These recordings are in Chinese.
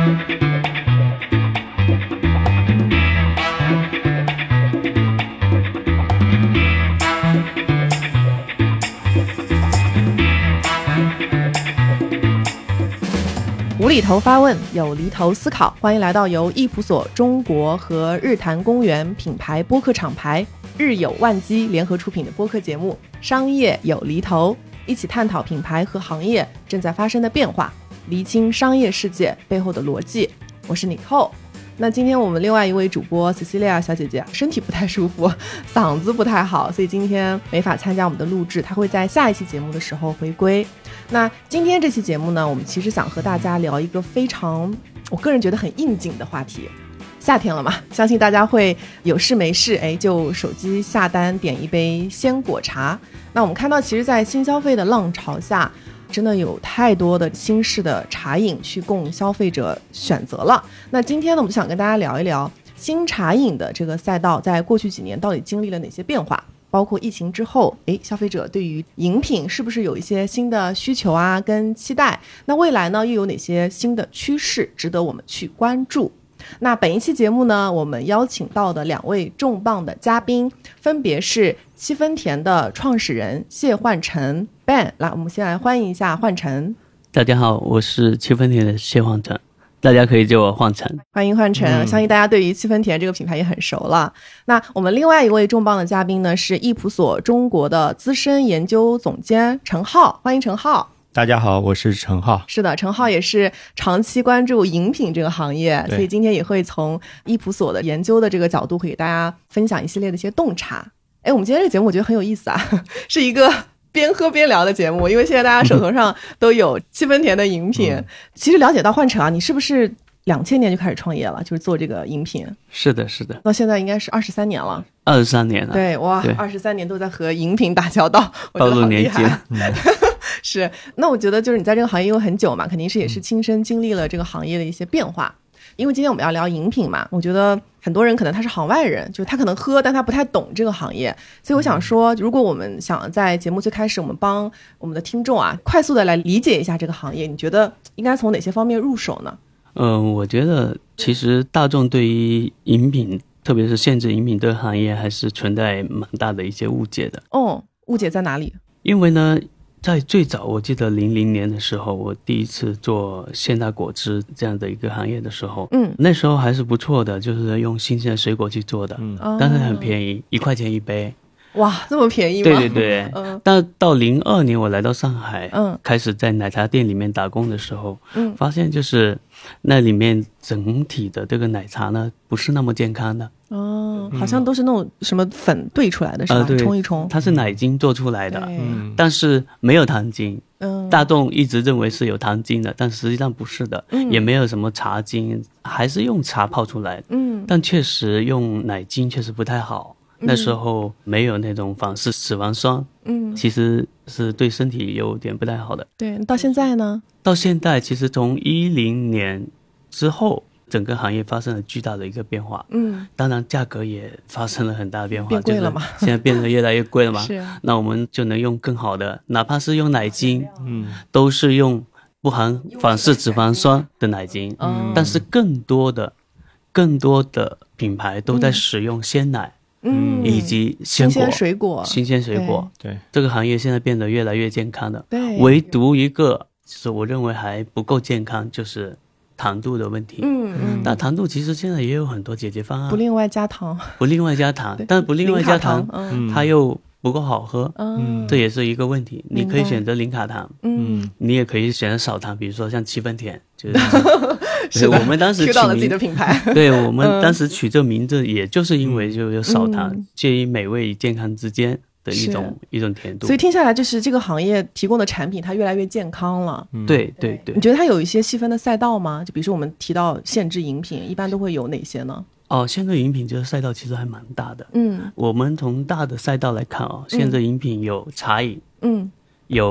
无厘头发问，有厘头思考，欢迎来到由易普所中国和日坛公园品牌播客厂牌日有万机联合出品的播客节目《商业有厘头》，一起探讨品牌和行业正在发生的变化，厘清商业世界背后的逻辑。我是 Nicole。那今天我们另外一位主播 Cecilia 小姐姐身体不太舒服，嗓子不太好，所以今天没法参加我们的录制，她会在下一期节目的时候回归。那今天这期节目呢，我们其实想和大家聊一个非常我个人觉得很应景的话题。夏天了嘛，相信大家会有事没事就手机下单点一杯鲜果茶。那我们看到其实在新消费的浪潮下，真的有太多的新式的茶饮去供消费者选择了。那今天呢，我们就想跟大家聊一聊新茶饮的这个赛道在过去几年到底经历了哪些变化，包括疫情之后消费者对于饮品是不是有一些新的需求啊跟期待，那未来呢又有哪些新的趋势值得我们去关注。那本一期节目呢，我们邀请到的两位重磅的嘉宾分别是七分甜的创始人谢焕成 Ben。 来，我们先来欢迎一下焕成。 大家好，我是七分甜的谢焕成，大家可以叫我焕成。 欢迎焕成，相信大家对于七分甜这个品牌也很熟了。那我们另外一位重磅的嘉宾呢，是易普所中国的资深研究总监陈浩。欢迎陈浩。 大家好，我是陈浩。 是的，陈浩也是长期关注饮品这个行业，所以今天也会从易普所的研究的这个角度会给大家分享一系列的一些洞察。我们今天这个节目我觉得很有意思啊，是一个边喝边聊的节目，因为现在大家手头上都有七分甜的饮品。其实了解到焕成啊，你是不是2000年就开始创业了，就是做这个饮品？ 是的是的， 到现在应该是23年了。 23年了。 对，哇，23年都在和饮品打交道，我觉得好厉害。是，那我觉得就是你在这个行业有很久嘛，肯定是也是亲身经历了这个行业的一些变化。因为今天我们要聊饮品嘛，我觉得很多人可能他是行外人，就他可能喝，但他不太懂这个行业。所以我想说，如果我们想在节目最开始我们帮我们的听众啊快速的来理解一下这个行业，你觉得应该从哪些方面入手呢？ 我觉得其实大众对于饮品，特别是限制饮品这个行业还是存在蛮大的一些误解的。误解在哪里？因为呢，在最早我记得00年的时候，我第一次做现代果汁这样的一个行业的时候，那时候还是不错的，就是用新鲜的水果去做的，但是很便宜，1块钱一杯。哇，这么便宜吗？对对对。但到02年我来到上海，开始在奶茶店里面打工的时候，发现就是那里面整体的这个奶茶呢不是那么健康的。 好像都是那种什么粉兑出来的是吧？冲一冲， 它是奶精做出来的，但是没有糖精。大众一直认为是有糖精的，但实际上不是的，也没有什么茶精，还是用茶泡出来的。但确实用奶精确实不太好。那时候没有那种仿式脂肪酸，其实是对身体有点不太好的。对，到现在呢？到现在其实从10年之后，整个行业发生了巨大的一个变化。当然价格也发生了很大的变化，变贵了嘛，现在变得越来越贵了嘛。是啊，那我们就能用更好的，哪怕是用奶精，都是用不含仿式脂肪酸的奶精。但是更多的品牌都在使用鲜奶。以及鲜果、新鲜水果。对，这个行业现在变得越来越健康的。对，唯独一个就是我认为还不够健康，就是糖度的问题。但糖度其实现在也有很多解决方案，不另外加糖，但不另外加糖，它又不够好喝。这也是一个问题。你可以选择零卡糖，你也可以选择少糖，比如说像七分甜，就是我们当时取到了自己的品牌。对，我们当时取这名字也就是因为就有少糖，介于美味与健康之间的一种甜度。所以听下来就是这个行业提供的产品它越来越健康了。对对对。你觉得它有一些细分的赛道吗？就比如说我们提到限制饮品一般都会有哪些呢？限制饮品这个赛道其实还蛮大的。我们从大的赛道来看限制饮品有茶饮，有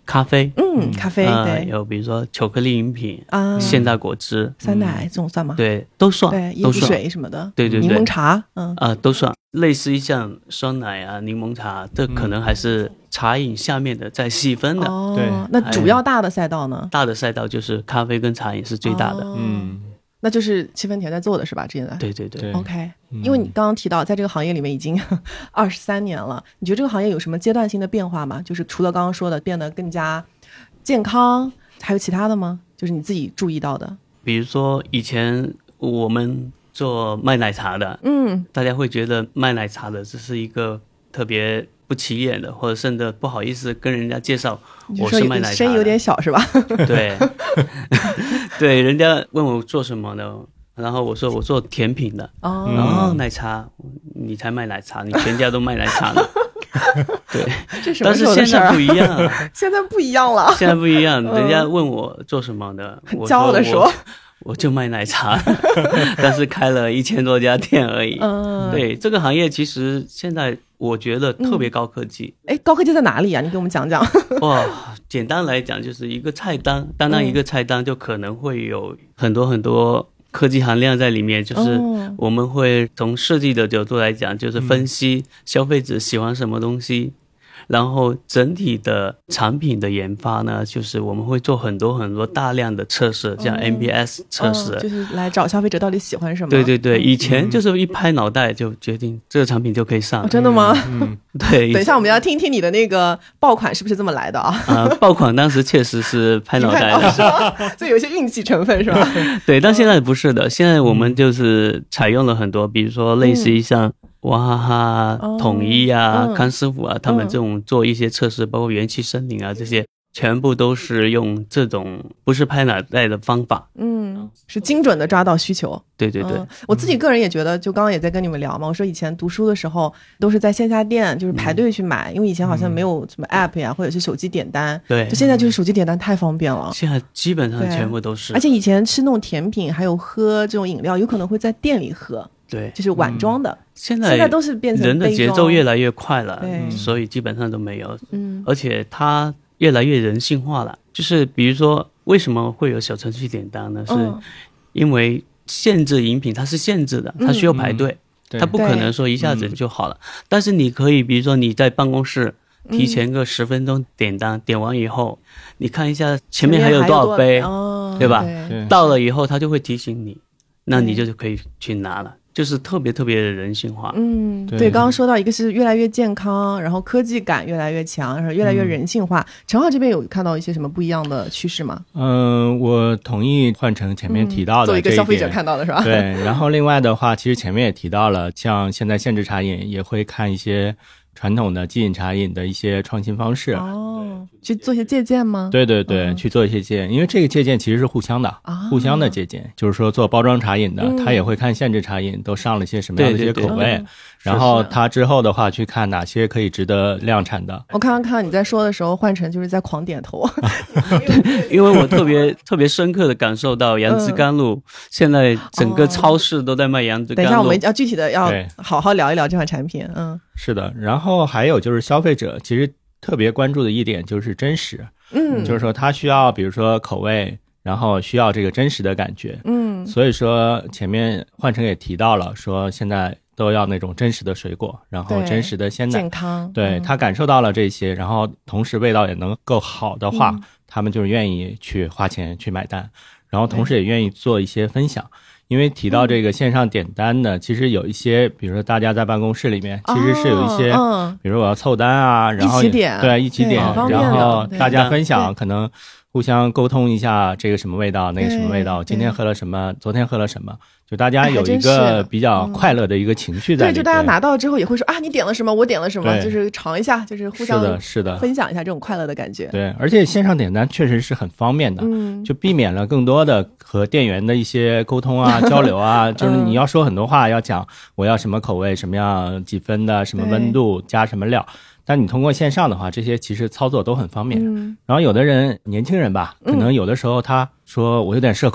咖啡， 咖啡，对， 有比如说巧克力饮品现代果汁、 酸奶这种算吗？ 对，都算， 对，椰子水什么的， 对， 柠檬茶， 都算。类似于像酸奶啊、柠檬茶，这可能还是茶饮下面的再细分的。 对， 那主要大的赛道呢？ 大的赛道就是咖啡跟茶饮是最大的。 那就是七分甜在做的是吧？之前的。 对 OK，因为你刚刚提到在这个行业里面已经23年了，你觉得这个行业有什么阶段性的变化吗？就是除了刚刚说的变得更加健康，还有其他的吗？就是你自己注意到的。 比如说以前我们做卖奶茶的，大家会觉得卖奶茶的这是一个特别不起眼的，或者甚至不好意思跟人家介绍我是卖奶茶的， 声音有点小是吧？ 对对，人家问我做什么呢，然后我说我做甜品的，然后奶茶你才卖奶茶，你全家都卖奶茶的。对，但是现在不一样了， 现在不一样了， 现在不一样，人家问我做什么的， 很骄傲的说我就卖奶茶，但是开了1000多家店而已。对，这个行业其实现在我觉得特别高科技。 高科技在哪里啊？你给我们讲讲。 哇，简单来讲就是一个菜单，单单一个菜单就可能会有很多很多科技含量在里面，就是我们会从设计的角度来讲，就是分析消费者喜欢什么东西。然后整体的产品的研发呢，就是我们会做很多很多大量的测试，像 NPS 测试， 就是来找消费者到底喜欢什么。 对，以前就是一拍脑袋就决定这个产品就可以上。 真的吗？ 对。 等一下我们要听听你的那个爆款是不是这么来的啊？ 爆款当时确实是拍脑袋的， 所以有一些运气成分是吧？ 对，但现在不是的，现在我们就是采用了很多，比如说类似于像娃哈哈、统一啊、康师傅啊，他们这种做一些测试，包括元气森林啊这些，全部都是用这种不是拍脑袋的方法， 是精准的抓到需求。 对， 我自己个人也觉得，就刚刚也在跟你们聊嘛，我说以前读书的时候都是在线下店，就是排队去买，因为以前好像没有什么 app 呀，或者是手机点单。 对， 就现在就是手机点单太方便了， 现在基本上全部都是。 而且以前吃那种甜品，还有喝这种饮料，有可能会在店里喝。 对， 就是碗装的。 现在都是变成人的节奏越来越快了，所以基本上都没有。而且它越来越人性化了。就是比如说，为什么会有小程序点单呢？是因为限制饮品它是限制的，它需要排队，它不可能说一下子就好了。但是你可以，比如说你在办公室提前个10分钟点单，点完以后，你看一下前面还有多少杯，对吧？到了以后，它就会提醒你，那你就可以去拿了。就是特别特别的人性化。 对，刚刚说到一个是越来越健康，然后科技感越来越强，然后越来越人性化。陈浩这边有看到一些什么不一样的趋势吗？ 我同意换成前面提到的作为一个消费者看到的是吧？ 对，然后另外的话，其实前面也提到了，像现在限制茶饮也会看一些传统的即饮茶饮的一些创新方式。 去做一些借鉴吗？ 对，去做一些借鉴，因为这个借鉴其实是互相的，互相的借鉴。就是说做包装茶饮的，他也会看限制茶饮都上了些什么样的一些口味，然后他之后的话去看哪些可以值得量产的。 我看到你在说的时候，换成就是在狂点头。 因为我特别深刻的感受到杨枝甘露现在整个超市都在卖杨枝甘露。 等一下我们要具体的要好好聊一聊这款产品。 是的，然后还有就是消费者其实特别关注的一点就是真实，就是说他需要比如说口味，然后需要这个真实的感觉，所以说前面焕成也提到了，说现在都要那种真实的水果，然后真实的鲜奶， 健康， 对，他感受到了这些，然后同时味道也能够好的话，他们就是愿意去花钱去买单，然后同时也愿意做一些分享。因为提到这个线上点单呢，其实有一些，比如说大家在办公室里面，其实是有一些，比如说我要凑单啊，然后一起点，然后大家分享，可能互相沟通一下这个什么味道，那个什么味道，今天喝了什么，昨天喝了什么，就大家有一个比较快乐的一个情绪在里面。对， 就大家拿到之后也会说啊，你点了什么，我点了什么，就是尝一下，就是互相是的分享一下这种快乐的感觉。 对，而且线上点单确实是很方便的，就避免了更多的和店员的一些沟通啊、交流啊，就是你要说很多话，要讲我要什么口味、什么样几分的、什么温度、加什么料。但你通过线上的话，这些其实操作都很方便。然后有的人年轻人吧，可能有的时候他说我有点社恐，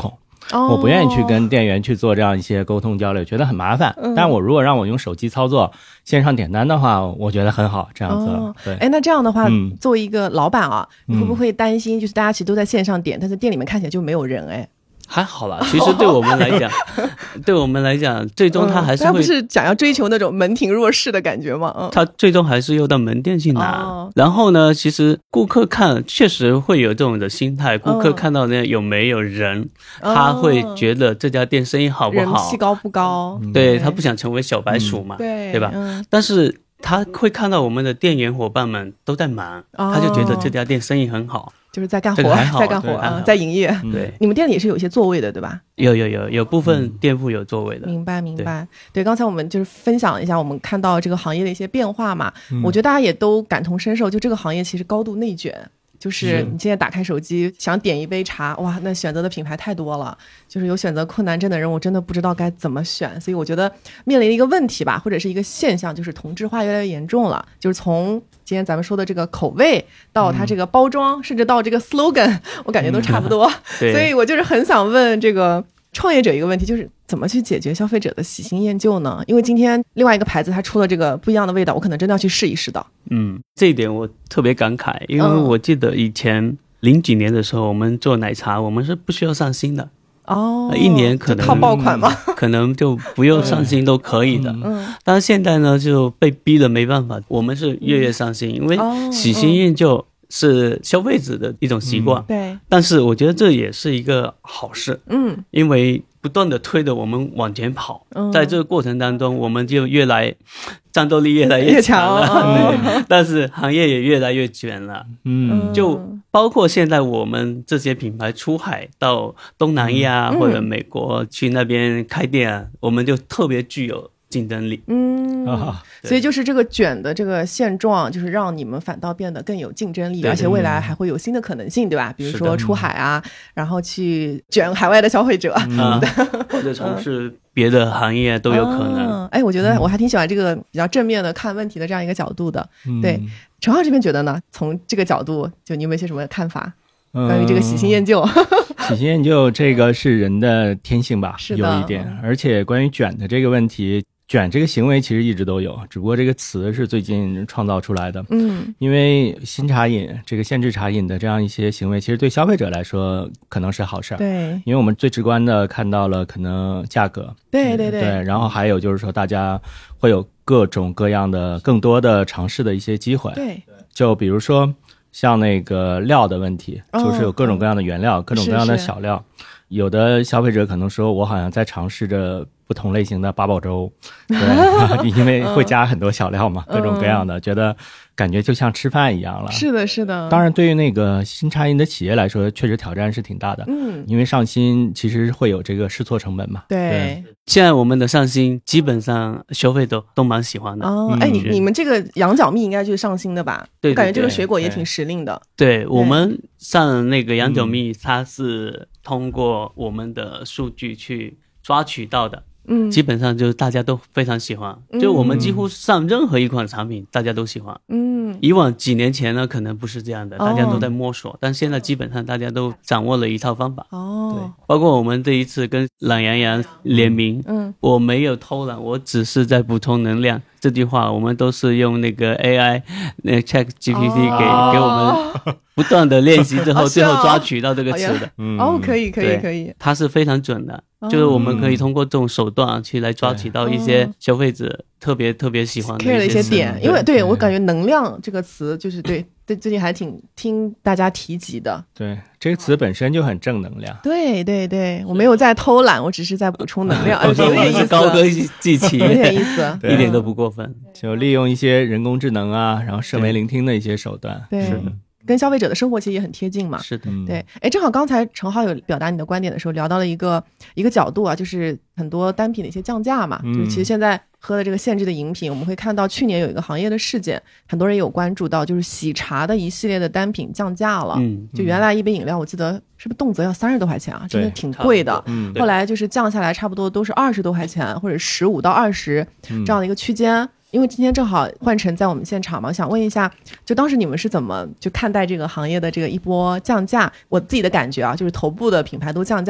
我不愿意去跟店员去做这样一些沟通交流，觉得很麻烦。但我如果让我用手机操作线上点单的话，我觉得很好，这样子。对， 那这样的话，作为一个老板啊，你会不会担心，就是大家其实都在线上点，但是店里面看起来就没有人？ 还好啦，其实对我们来讲，最终他还是会， 他不是想要追求那种门庭若市的感觉吗？ 他最终还是要到门店去拿。然后呢，其实顾客看确实会有这种的心态，顾客看到那有没有人，他会觉得这家店生意好不好， 人气高不高？ 对，他不想成为小白鼠嘛，对吧？但是他会看到我们的店员伙伴们都在忙，他就觉得这家店生意很好。 就是在干活，在干活啊，在营业。 对， 你们店里也是有一些座位的，对吧？ 有部分店铺有座位的。 明白。对，刚才我们就是分享一下我们看到这个行业的一些变化嘛，我觉得大家也都感同身受，就这个行业其实高度内卷。就是你现在打开手机想点一杯茶，哇，那选择的品牌太多了，就是有选择困难症的人我真的不知道该怎么选。所以我觉得面临一个问题吧，或者是一个现象，就是同质化越来越严重了，就是从今天咱们说的这个口味到它这个包装，甚至到这个 slogan 我感觉都差不多。所以我就是很想问这个创业者一个问题，就是怎么去解决消费者的喜新厌旧呢？因为今天另外一个牌子它出了这个不一样的味道，我可能真的要去试一试的。 这一点我特别感慨，因为我记得以前零几年的时候，我们做奶茶我们是不需要上新的。一年可能靠爆款嘛， 可能就不用上新都可以的。但是现在呢就被逼的没办法，我们是月月上新，因为喜新厌旧是消费者的一种习惯。 对， 但是我觉得这也是一个好事。因为不断的推着我们往前跑，在这个过程当中我们就战斗力越来越强了，但是行业也越来越卷了。就包括现在我们这些品牌出海到东南亚或者美国去那边开店，我们就特别具有竞争力。 所以就是这个卷的这个现状，就是让你们反倒变得更有竞争力，而且未来还会有新的可能性，对吧？比如说出海啊，然后去卷海外的消费者， 或者从事别的行业都有可能。 我觉得我还挺喜欢这个比较正面的看问题的这样一个角度的。对，陈浩这边觉得呢？从这个角度，就你有没有一些什么看法？关于这个喜新厌旧？ 喜新厌旧这个是人的天性吧， 是的， 有一点。而且关于卷的这个问题，卷这个行为其实一直都有，只不过这个词是最近创造出来的。因为新茶饮这个限制茶饮的这样一些行为，其实对消费者来说可能是好事。 对， 因为我们最直观的看到了可能价格。 对， 然后还有就是说大家会有各种各样的更多的尝试的一些机会。 对， 就比如说像那个料的问题，就是有各种各样的原料，各种各样的小料。有的消费者可能说我好像在尝试着不同类型的八宝粥，对，因为会加很多小料嘛，各种各样的，觉得感觉就像吃饭一样了。 是的。 当然对于那个新茶饮的企业来说，确实挑战是挺大的。因为上新其实会有这个试错成本嘛。 对， 现在我们的上新基本上消费者都蛮喜欢的。 你们这个羊角蜜应该就是上新的吧？ 对， 我感觉这个水果也挺时令的。 对，我们上那个羊角蜜，它是通过我们的数据去抓取到的。基本上就是大家都非常喜欢，就我们几乎上任何一款产品大家都喜欢。以往几年前呢可能不是这样的，大家都在摸索，但现在基本上大家都掌握了一套方法。对，包括我们这一次跟懒羊羊联名，我没有偷懒，我只是在补充能量，这句话我们都是用那个 AI 那个 ChatGPT 给我们不断的练习之后最后抓取到这个词的。 可以， 它是非常准的。就是我们可以通过这种手段去来抓取到一些消费者特别喜欢的一些点。因为对我感觉能量这个词就是对最近还挺听大家提及的。 对，这个词本身就很正能量。 对，我没有在偷懒，我只是在补充能量。有点意思， 高歌技奇， 有点意思， 一点都不过分。 就利用一些人工智能啊，然后声维聆听的一些手段。 对，是的。跟消费者的生活其实也很贴近嘛。 是的， 对。正好刚才陈浩有表达你的观点的时候，聊到了一个角度啊，就是很多单品的一些降价嘛。就是其实现在喝的这个限制的饮品，我们会看到去年有一个行业的事件，很多人有关注到，就是喜茶的一系列的单品降价了。就原来一杯饮料，我记得是不是动辄要30多块钱啊，真的挺贵的。后来就是降下来，差不多都是20多块钱，或者15到20这样的一个区间。因为今天正好焕晨在我们现场嘛，我想问一下，就当时你们是怎么就看待这个行业的这个一波降价？我自己的感觉啊，就是头部的品牌都降价了，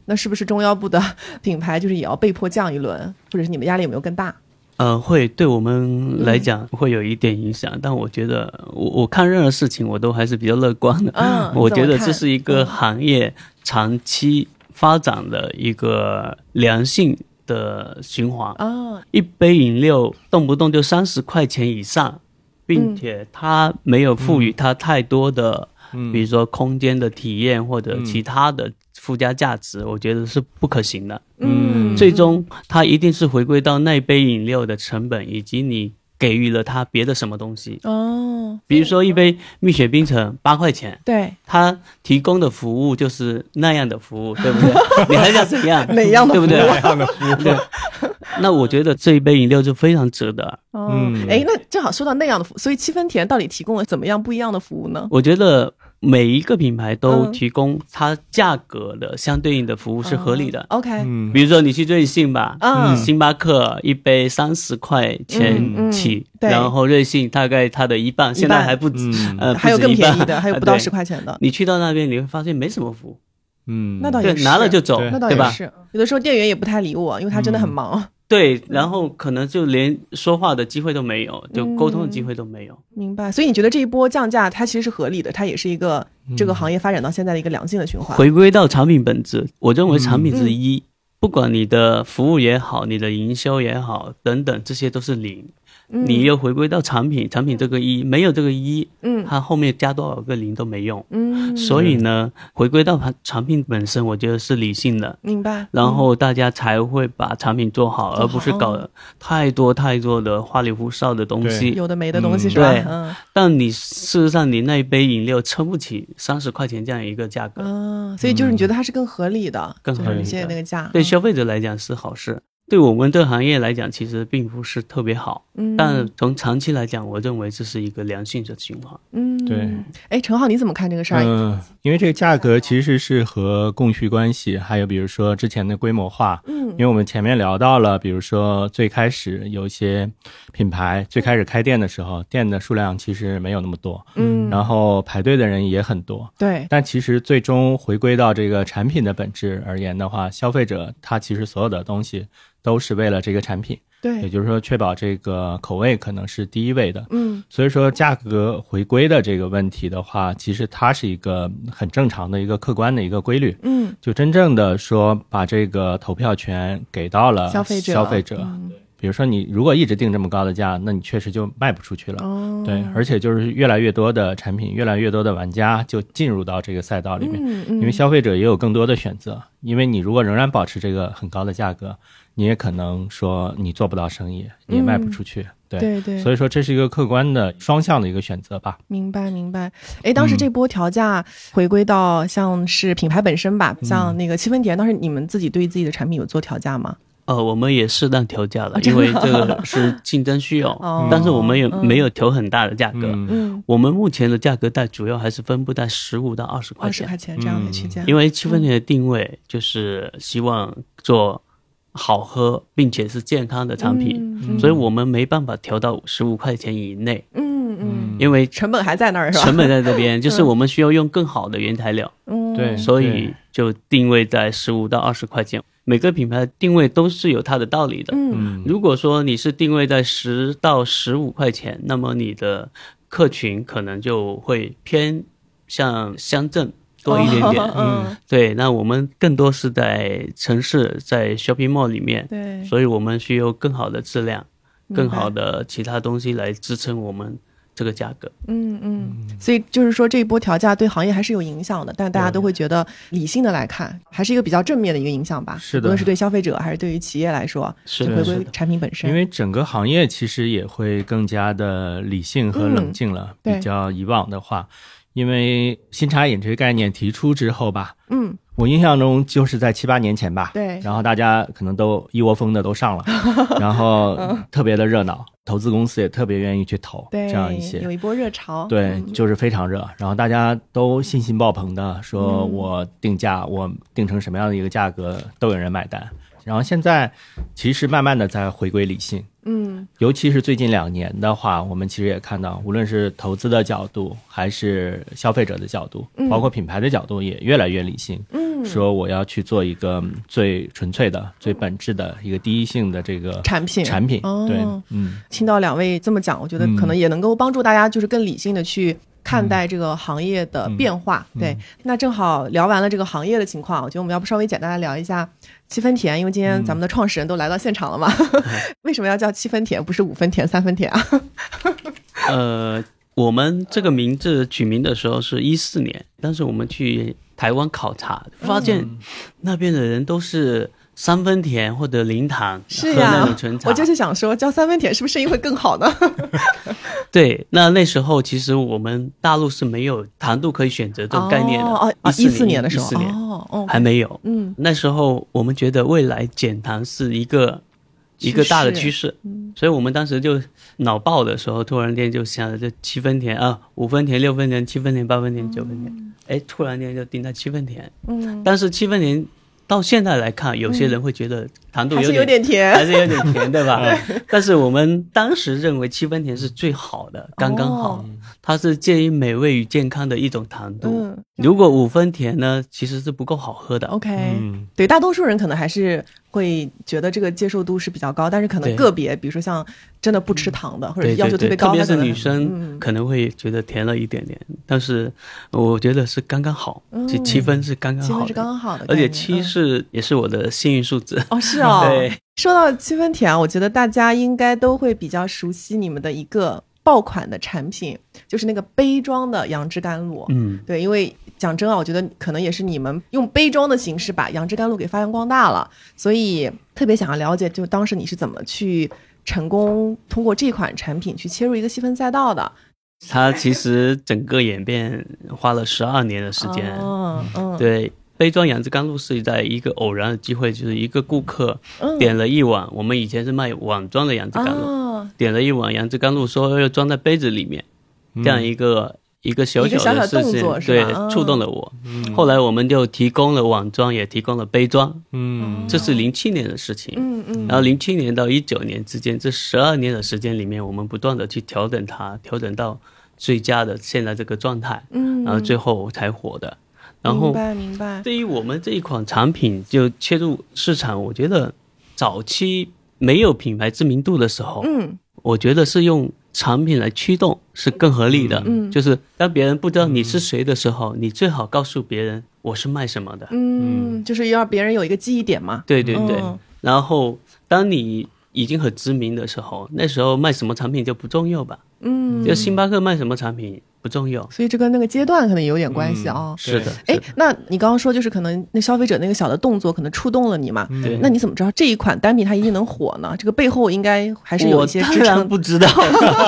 那是不是中腰部的品牌就是也要被迫降一轮，或者是你们压力有没有更大？ 会对我们来讲会有一点影响，但我觉得我看任何事情我都还是比较乐观的。我觉得这是一个行业长期发展的一个良性的循环。一杯饮料动不动就30块钱以上，并且它没有赋予它太多的比如说空间的体验或者其他的附加价值，我觉得是不可行的。最终它一定是回归到那杯饮料的成本，以及你给予了它别的什么东西。比如说一杯蜜雪冰城8块钱， 对， 它提供的服务就是那样的服务，对不对？你还想怎样？ 哪样的服务？ 对不对？ 那样的服务。 对。那我觉得这一杯饮料就非常值得。 那正好说到那样的服务，所以七分甜到底提供了怎么样不一样的服务呢？ 我觉得每一个品牌都提供它价格的相对应的服务是合理的。 OK， 比如说你去瑞幸吧，星巴克一杯30块钱起，然后瑞幸大概它的一半，现在还不止， 还有更便宜的，还有不到10块钱的。 你去到那边你会发现没什么服务。 那倒也是， 拿了就走， 那倒也是。有的时候店员也不太理我，因为他真的很忙。 对，然后可能就连说话的机会都没有，就沟通的机会都没有。 明白。所以你觉得这一波降价它其实是合理的，它也是一个这个行业发展到现在的一个良性的循环。 回归到产品本质，我认为产品是一，不管你的服务也好，你的营销也好等等，这些都是零。你又回归到产品这个一，没有这个一，它后面加多少个零都没用。所以呢，回归到产品本身，我觉得是理性的。 明白。 然后大家才会把产品做好，而不是搞太多的花里胡哨的东西， 有的没的东西是吧？ 对。但你事实上你那一杯饮料撑不起30块钱这样一个价格。 所以就是你觉得它是更合理的， 更合理的， 就是那个价， 对消费者来讲是好事。对我们这个行业来讲其实并不是特别好，但从长期来讲我认为这是一个良性的循环。 对。 陈浩你怎么看这个事儿？ 因为这个价格其实是和供需关系，还有比如说之前的规模化。因为我们前面聊到了，比如说最开始有一些品牌最开始开店的时候，店的数量其实没有那么多，然后排队的人也很多。 对。 但其实最终回归到这个产品的本质而言的话，消费者他其实所有的东西都是为了这个产品。 对， 也就是说确保这个口味可能是第一位的。所以说价格回归的这个问题的话，其实它是一个很正常的一个客观的一个规律。就真正的说把这个投票权给到了消费者。比如说你如果一直定这么高的价，那你确实就卖不出去了。对，而且就是越来越多的产品，越来越多的玩家就进入到这个赛道里面。因为消费者也有更多的选择，因为你如果仍然保持这个很高的价格，你也可能说你做不到生意，你也卖不出去。 对， 所以说这是一个客观的双向的一个选择吧。 明白。当时这波调价回归到像是品牌本身吧，像那个七分甜，当时你们自己对自己的产品有做调价吗？ 我们也适当调价了，因为这个是竞争需要。但是我们也没有调很大的价格。我们目前的价格带主要还是分布在15到20块钱 ，20块钱这样的区间。 因为七分甜的定位就是希望做好喝并且是健康的产品，所以我们没办法调到15块钱以内。因为成本还在那儿是吧？ 成本在这边，就是我们需要用更好的原材料。 对， 所以就定位在15到20块钱。每个品牌的定位都是有它的道理的。如果说你是定位在10到15块钱，那么你的客群可能就会偏向乡镇多一点点。对，那我们更多是在城市，在 shopping mall 里面。 对， 所以我们需要更好的质量，更好的其他东西来支撑我们这个价格。 所以就是说这一波调价对行业还是有影响的，但大家都会觉得理性的来看还是一个比较正面的一个影响吧。 是的， 无论是对消费者还是对于企业来说， 是回归产品本身。 因为整个行业其实也会更加的理性和冷静了。比较以往的话，因为新茶饮这个概念提出之后吧，我印象中就是在7、8年前吧。 对， 然后大家可能都一窝蜂的都上了，然后特别的热闹，投资公司也特别愿意去投这样一些， 有一波热潮。 对，就是非常热，然后大家都信心爆棚的说，我定价，我定成什么样的一个价格都有人买单。 然后现在其实慢慢的在回归理性。尤其是最近2年的话，我们其实也看到，无论是投资的角度还是消费者的角度，包括品牌的角度也越来越理性。说我要去做一个最纯粹的、最本质的一个第一性的这个产品。对， 听到2位这么讲，我觉得可能也能够帮助大家就是更理性的去看待这个行业的变化。对，那正好聊完了这个行业的情况，我觉得我们要不稍微简单的聊一下七分甜，因为今天咱们的创始人都来到现场了嘛。为什么要叫七分甜，不是5分甜、3分甜啊？ 我们这个名字取名的时候是14年，但是我们去台湾考察，发现那边的人都是3分甜或者0糖喝那种纯茶。 我就是想说叫3分甜是不是生意会更好呢？ 对，那时候其实我们大陆是没有糖度可以选择这种概念的。 14年的时候还没有。那时候我们觉得未来减糖是一个大的趋势，所以我们当时就脑爆的时候，突然间就想着这7分甜啊，5分甜、6分甜、7分甜、8分甜、9分甜，突然间就定在7分甜。但是7分甜到现在来看，有些人会觉得糖度还是有点甜，对吧？但是我们当时认为7分甜是最好的，刚刚好，它是介于美味与健康的一种糖度。如果5分甜呢，其实是不够好喝的。 OK，对，大多数人可能还是会觉得这个接受度是比较高，但是可能个别，比如说像真的不吃糖的，或者要求特别高， 特别是女生可能会觉得甜了一点点，但是我觉得是刚刚好，这7分是刚刚好的，7分是刚刚好的， 而且7也是我的幸运数字。 是哦。 对， 说到7分甜，我觉得大家应该都会比较熟悉你们的一个爆款的产品，就是那个杯装的杨枝甘露。对，因为讲真啊，我觉得可能也是你们用杯装的形式把杨枝甘露给发扬光大了，所以特别想要了解，就当时你是怎么去成功通过这款产品去切入一个细分赛道的？ 它其实整个演变花了12年的时间。对，杯装杨枝甘露是在一个偶然的机会，就是一个顾客点了一碗，我们以前是卖碗装的杨枝甘露，点了一碗杨枝甘露，说要装在杯子里面，这样一个小小的事情，对，触动了我。后来我们就提供了碗装，也提供了杯装。这是07年的事情。然后07年到19年之间，这12年的时间里面，我们不断的去调整它，调整到最佳的现在这个状态。然后最后才火的。然后明白。 对于我们这一款产品就切入市场，我觉得早期没有品牌知名度的时候，我觉得是用产品来驱动是更合理的。就是当别人不知道你是谁的时候，你最好告诉别人我是卖什么的。 就是要别人有一个记忆点嘛。 对。然后当你已经很知名的时候，那时候卖什么产品就不重要吧。就星巴克卖什么产品不重要， 所以这跟那个阶段可能有点关系啊。 是的。 那你刚刚说就是可能那消费者那个小的动作可能触动了你嘛？那你怎么知道这一款单品它一定能火呢？这个背后应该还是有一些支撑。 我当然不知道。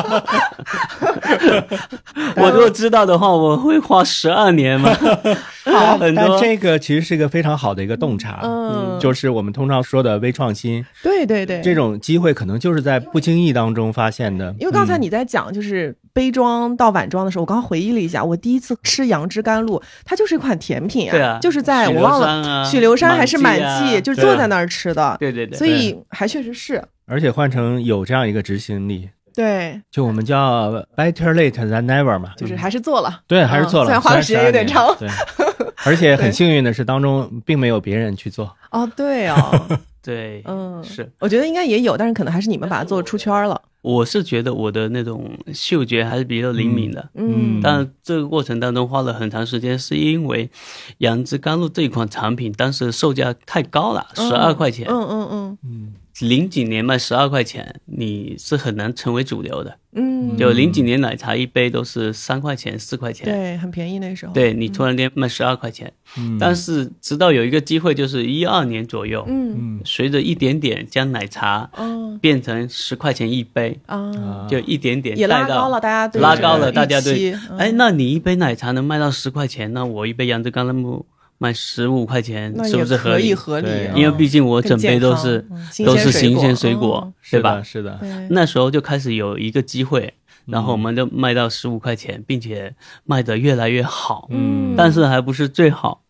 我如果知道的话，我会花12年嘛。 好，但这个其实是一个非常好的一个洞察。就是我们通常说的微创新。 对， 这种机会可能就是在不经意当中发现的。 因为刚才你在讲就是杯装到碗装的时候，我刚回忆了一下，我第一次吃杨枝甘露，它就是一款甜品啊。 对啊， 就是在我忘了许留山还是满记，就是坐在那儿吃的。 对。 所以还确实是， 而且换成有这样一个执行力。 对， 就我们叫 better late than never 嘛， 就是还是做了。 对，还是做了， 虽然花的时间有点长。 对，而且很幸运的是当中并没有别人去做。 对哦。 对，是， 我觉得应该也有，但是可能还是你们把它做出圈了。 我是觉得我的那种嗅觉还是比较灵敏的。但这个过程当中花了很长时间，是因为杨枝甘露这一款产品当时售价太高了，12块钱。00几年卖12块钱，你是很难成为主流的。就00几年奶茶一杯都是3块钱、4块钱， 对，很便宜那时候。 对，你突然间卖12块钱。但是直到有一个机会，就是12年左右，随着一点点将奶茶变成10块钱一杯，就一点点也拉高了大家对那你一杯奶茶能卖到10块钱，那我一杯杨枝甘露卖15块钱，是不是合理？因为毕竟我整杯都是新鲜水果，对吧？ 是的。 那时候就开始有一个机会，然后我们就卖到15块钱，并且卖得越来越好。但是还不是最好，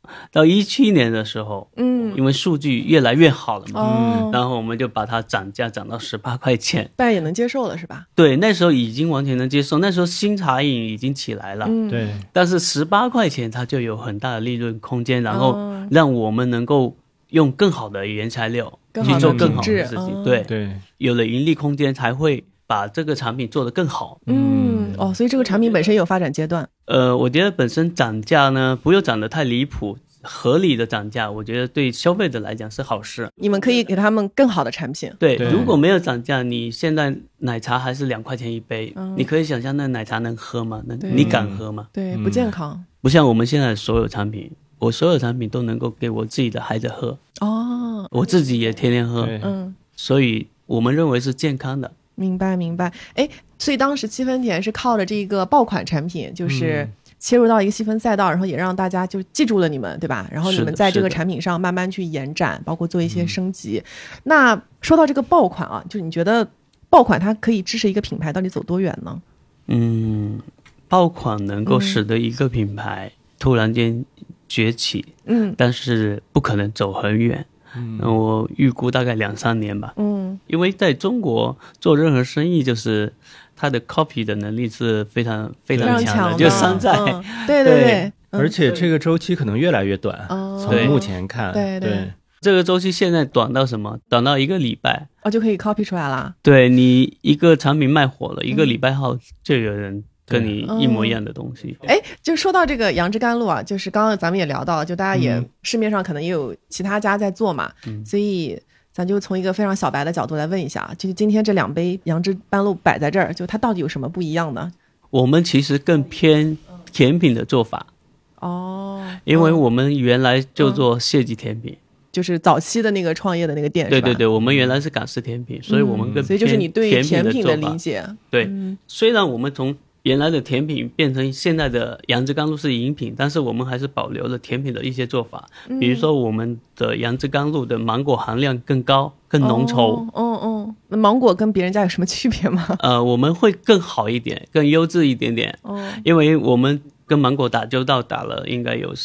到17年的时候，因为数据越来越好了嘛，然后我们就把它涨价涨到18块钱， 大家也能接受了是吧？ 对，那时候已经完全能接受，那时候新茶饮已经起来了， 对， 但是18块钱它就有很大的利润空间，然后让我们能够用更好的原材料去做更好的事情，对，有了盈利空间才会把这个产品做得更好。 所以这个产品本身有发展阶段。 我觉得本身涨价呢，不用涨得太离谱，合理的涨价，我觉得对消费者来讲是好事。 你们可以给他们更好的产品。 对，如果没有涨价，你现在奶茶还是2块钱一杯，你可以想象那奶茶能喝吗？你敢喝吗？ 对，不健康。 不像我们现在所有产品，我所有产品都能够给我自己的孩子喝。我自己也天天喝。所以我们认为是健康的。 明白。所以当时七分甜是靠着这个爆款产品，就是切入到一个细分赛道，然后也让大家就记住了你们，对吧？然后你们在这个产品上慢慢去延展，包括做一些升级。那说到这个爆款啊，就你觉得爆款它可以支持一个品牌到底走多远呢？ 爆款能够使得一个品牌突然间崛起，但是不可能走很远。我预估大概2-3年吧。因为在中国做任何生意，就是它的 copy 的能力是非常非常强的，就山寨。 对。 而且这个周期可能越来越短。从目前看，对， 这个周期现在短到什么？短到1个礼拜就可以 copy 出来了。 对，你一个产品卖火了，1个礼拜后就有人跟你一模一样的东西。 就说到这个杨枝甘露啊，就是刚刚咱们也聊到，就大家也市面上可能也有其他家在做嘛，所以咱就从一个非常小白的角度来问一下，就是今天这2杯杨枝甘露摆在这儿，就它到底有什么不一样呢？ 我们其实更偏甜品的做法。因为我们原来就做谢记甜品， 就是早期的那个创业的那个店。 对，我们原来是港式甜品，所以我们更偏所以就是你对甜品的理解。 对，虽然我们从原来的甜品变成现在的杨枝甘露是饮品，但是我们还是保留了甜品的一些做法。比如说我们的杨枝甘露的芒果含量更高，更浓稠。 那芒果跟别人家有什么区别吗？ 我们会更好一点，更优质一点点。因为我们跟芒果打交道打了应该有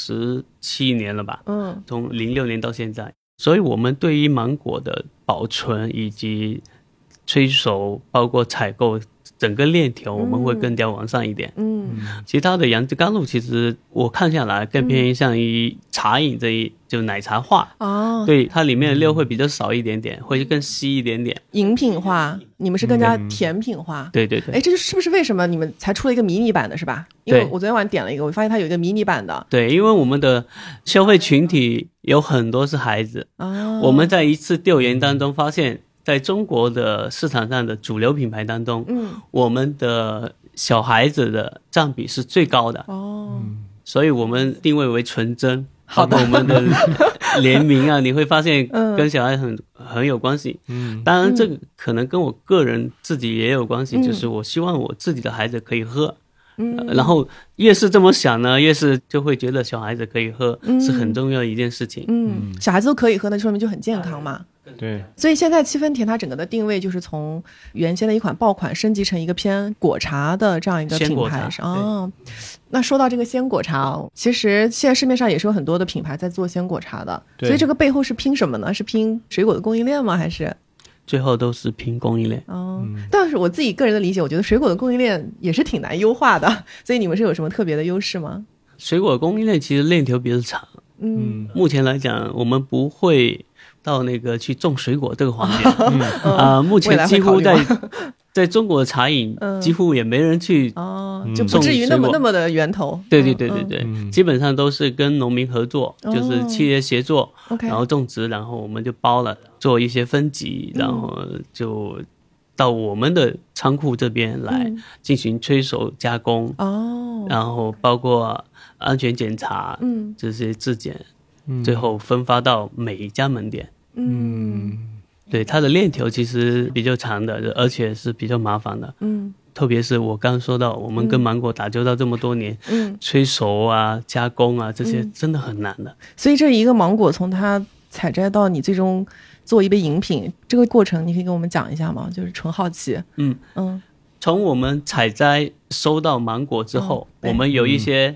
17年了吧。从06年到现在，所以我们对于芒果的保存以及催熟，包括采购整个链条，我们会更加完善一点。其他的杨枝甘露其实我看下来更偏向于茶饮就奶茶化。对，它里面的料会比较少一点点，会更稀一点点。 饮品化，你们是更加甜品化。 对。这就是不是为什么你们才出了一个迷你版的是吧？因为我昨天晚上点了一个，我发现它有一个迷你版的。 对，因为我们的消费群体有很多是孩子。我们在一次调研当中发现，在中国的市场上的主流品牌当中，我们的小孩子的占比是最高的。所以我们定位为纯真。好的，我们的联名啊，你会发现跟小孩很有关系。当然这个可能跟我个人自己也有关系，就是我希望我自己的孩子可以喝。然后越是这么想呢，越是就会觉得小孩子可以喝是很重要的一件事情。 小孩子都可以喝，那说明就很健康嘛。 对， 所以现在七分甜它整个的定位就是从原先的一款爆款升级成一个偏果茶的这样一个品牌上。那说到这个鲜果茶，其实现在市面上也是有很多的品牌在做鲜果茶的，所以这个背后是拼什么呢？是拼水果的供应链吗？还是最后都是拼供应链？ 但是我自己个人的理解，我觉得水果的供应链也是挺难优化的，所以你们是有什么特别的优势吗？ 水果供应链其实链条比较长。目前来讲我们不会到那个去种水果这个环节。目前几乎在中国的茶饮几乎也没人去就不至于那么的源头。 对，基本上都是跟农民合作，就是企业协作，然后种植，然后我们就包了，做一些分级，然后就到我们的仓库这边来进行催熟加工。然后包括安全检查，这些质检，最后分发到每一家门店。对，它的链条其实比较长的，而且是比较麻烦的。特别是我刚刚说到，我们跟芒果打交道这么多年，催熟啊、加工啊，这些真的很难的。 所以这一个芒果从它采摘到你最终做一杯饮品，这个过程你可以跟我们讲一下吗？就是纯好奇。从我们采摘收到芒果之后，我们有一些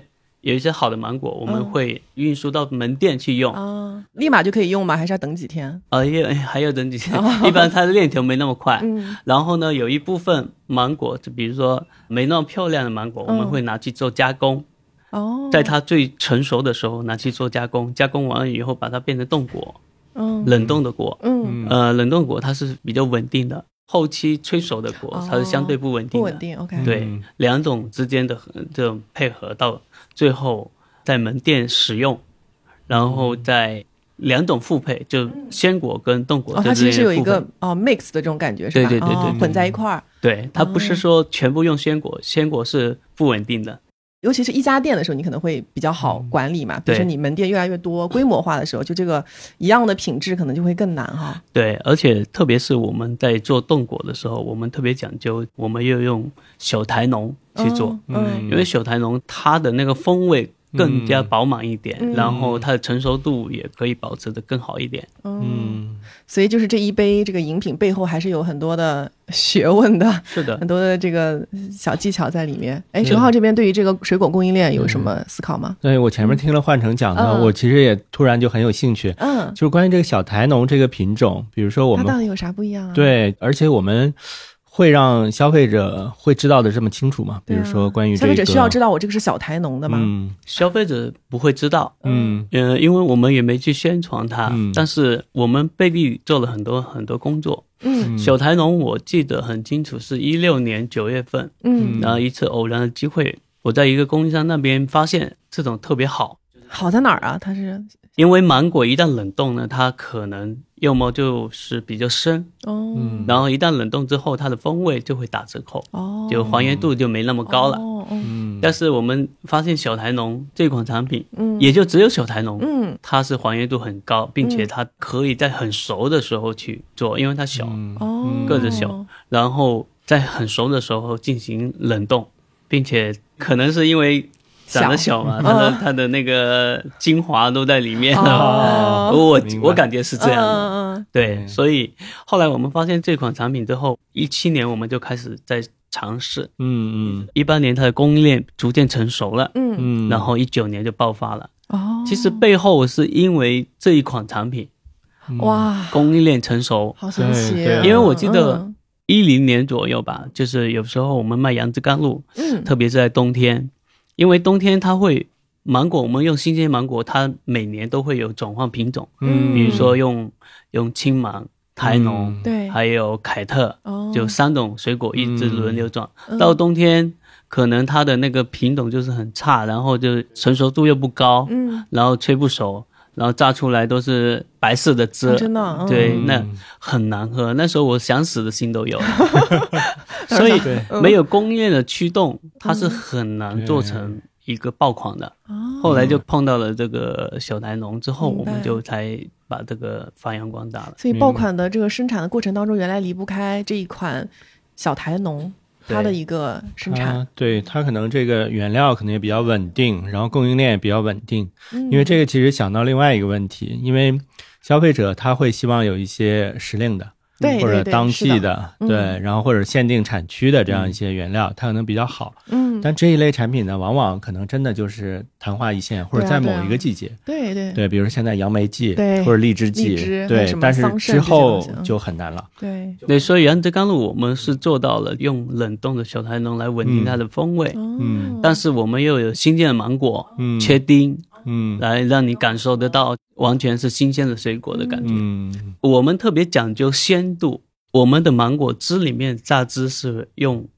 有一些好的芒果，我们会运输到门店去用立马就可以用吗？还是要等几天？ 还要等几天，一般它的链条没那么快。然后呢，有一部分芒果，就比如说没那么漂亮的芒果，我们会拿去做加工。在它最成熟的时候拿去做加工，加工完了以后把它变成冻果，冷冻的果。冷冻果它是比较稳定的，后期催熟的果它是相对不稳定的。 不稳定 OK。 对，两种之间的这种配合到最后在门店使用，然后在两种复配，就鲜果跟冻果它其实是有一个mix 的这种感觉是吧？ 对， 混在一块儿。 对，它不是说全部用鲜果，鲜果是不稳定的。 尤其是一家店的时候你可能会比较好管理嘛，比如说你门店越来越多规模化的时候，就这个一样的品质可能就会更难哈。 对，而且特别是我们在做冻果的时候，我们特别讲究，我们要用小台农去做。因为小台农它的那个风味更加饱满一点，然后它的成熟度也可以保持得更好一点。 所以就是这一杯这个饮品背后还是有很多的学问的， 是的， 很多的这个小技巧在里面。陈浩这边对于这个水果供应链有什么思考吗？ 对，我前面听了焕成讲的，我其实也突然就很有兴趣。就是关于这个小台农这个品种，比如说我们它到底有啥不一样啊？ 对，而且我们会让消费者会知道的这么清楚吗？比如说关于这个， 消费者需要知道我这个是小台农的吗？ 消费者不会知道，因为我们也没去宣传它，但是我们背地做了很多很多工作。小台农我记得很清楚，是16年9月份，然后一次偶然的机会，我在一个供应商那边发现这种特别好。 好在哪儿啊？它是因为芒果一旦冷冻呢，它可能要么就是比较生，然后一旦冷冻之后，它的风味就会打折扣，就还原度就没那么高了。但是我们发现小台农这款产品，也就只有小台农，它是还原度很高，并且它可以在很熟的时候去做，因为它小，个子小，然后在很熟的时候进行冷冻，并且可能是因为长得小嘛，它的那个精华都在里面了。我感觉是这样的。对，所以后来我们发现这款产品之后，17年我们就开始在尝试。18年它的供应链逐渐成熟了。然后19年就爆发了。其实背后是因为这一款产品，供应链成熟， 好神奇。 因为我记得10年左右吧，就是有时候我们卖杨枝甘露，特别是在冬天。因为冬天它会芒果，我们用新鲜芒果，它每年都会有转换品种，比如说用青芒、台农，还有凯特，就3种水果一直轮流转。到冬天可能它的那个品种就是很差，然后就成熟度又不高，然后催不熟，然后榨出来都是白色的汁， 真的， 对，那很难喝。那时候我想死的心都有。所以没有供应链的驱动，它是很难做成一个爆款的。后来就碰到了这个小台农之后，我们就才把这个发扬光大了。 所以爆款的这个生产的过程当中，原来离不开这一款小台农它的一个生产。 对，它可能这个原料可能也比较稳定，然后供应链也比较稳定。因为这个其实想到另外一个问题，因为消费者他会希望有一些时令的， 对， 或者当季的，对，然后或者限定产区的这样一些原料，它可能比较好。但这一类产品呢，往往可能真的就是昙花一现，或者在某一个季节。对，比如说现在杨梅季，或者荔枝季，对，但是之后就很难了。 对，所以杨枝甘露我们是做到了用冷冻的小台农来稳定它的风味。但是我们又有新鲜的芒果，切丁。来让你感受得到完全是新鲜的水果的感觉。我们特别讲究鲜度，我们的芒果汁里面榨汁是用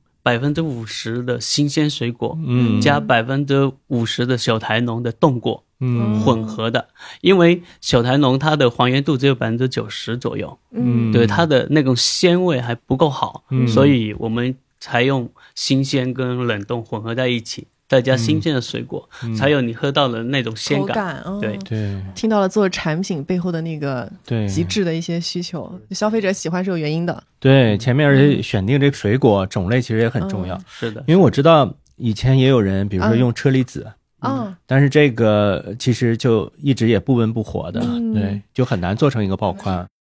50%的新鲜水果，加50%的小台农的冻果，混合的。因为小台农它的还原度只有90%左右，对，它的那种鲜味还不够好，所以我们才用新鲜跟冷冻混合在一起。再加新鲜的水果，才有你喝到的那种鲜感。对， 听到了做产品背后的那个极致的一些需求，消费者喜欢是有原因的。 对，前面而且选定这个水果种类其实也很重要。 是的， 因为我知道以前也有人，比如说用车厘子，但是这个其实就一直也不温不火的，对，就很难做成一个爆款。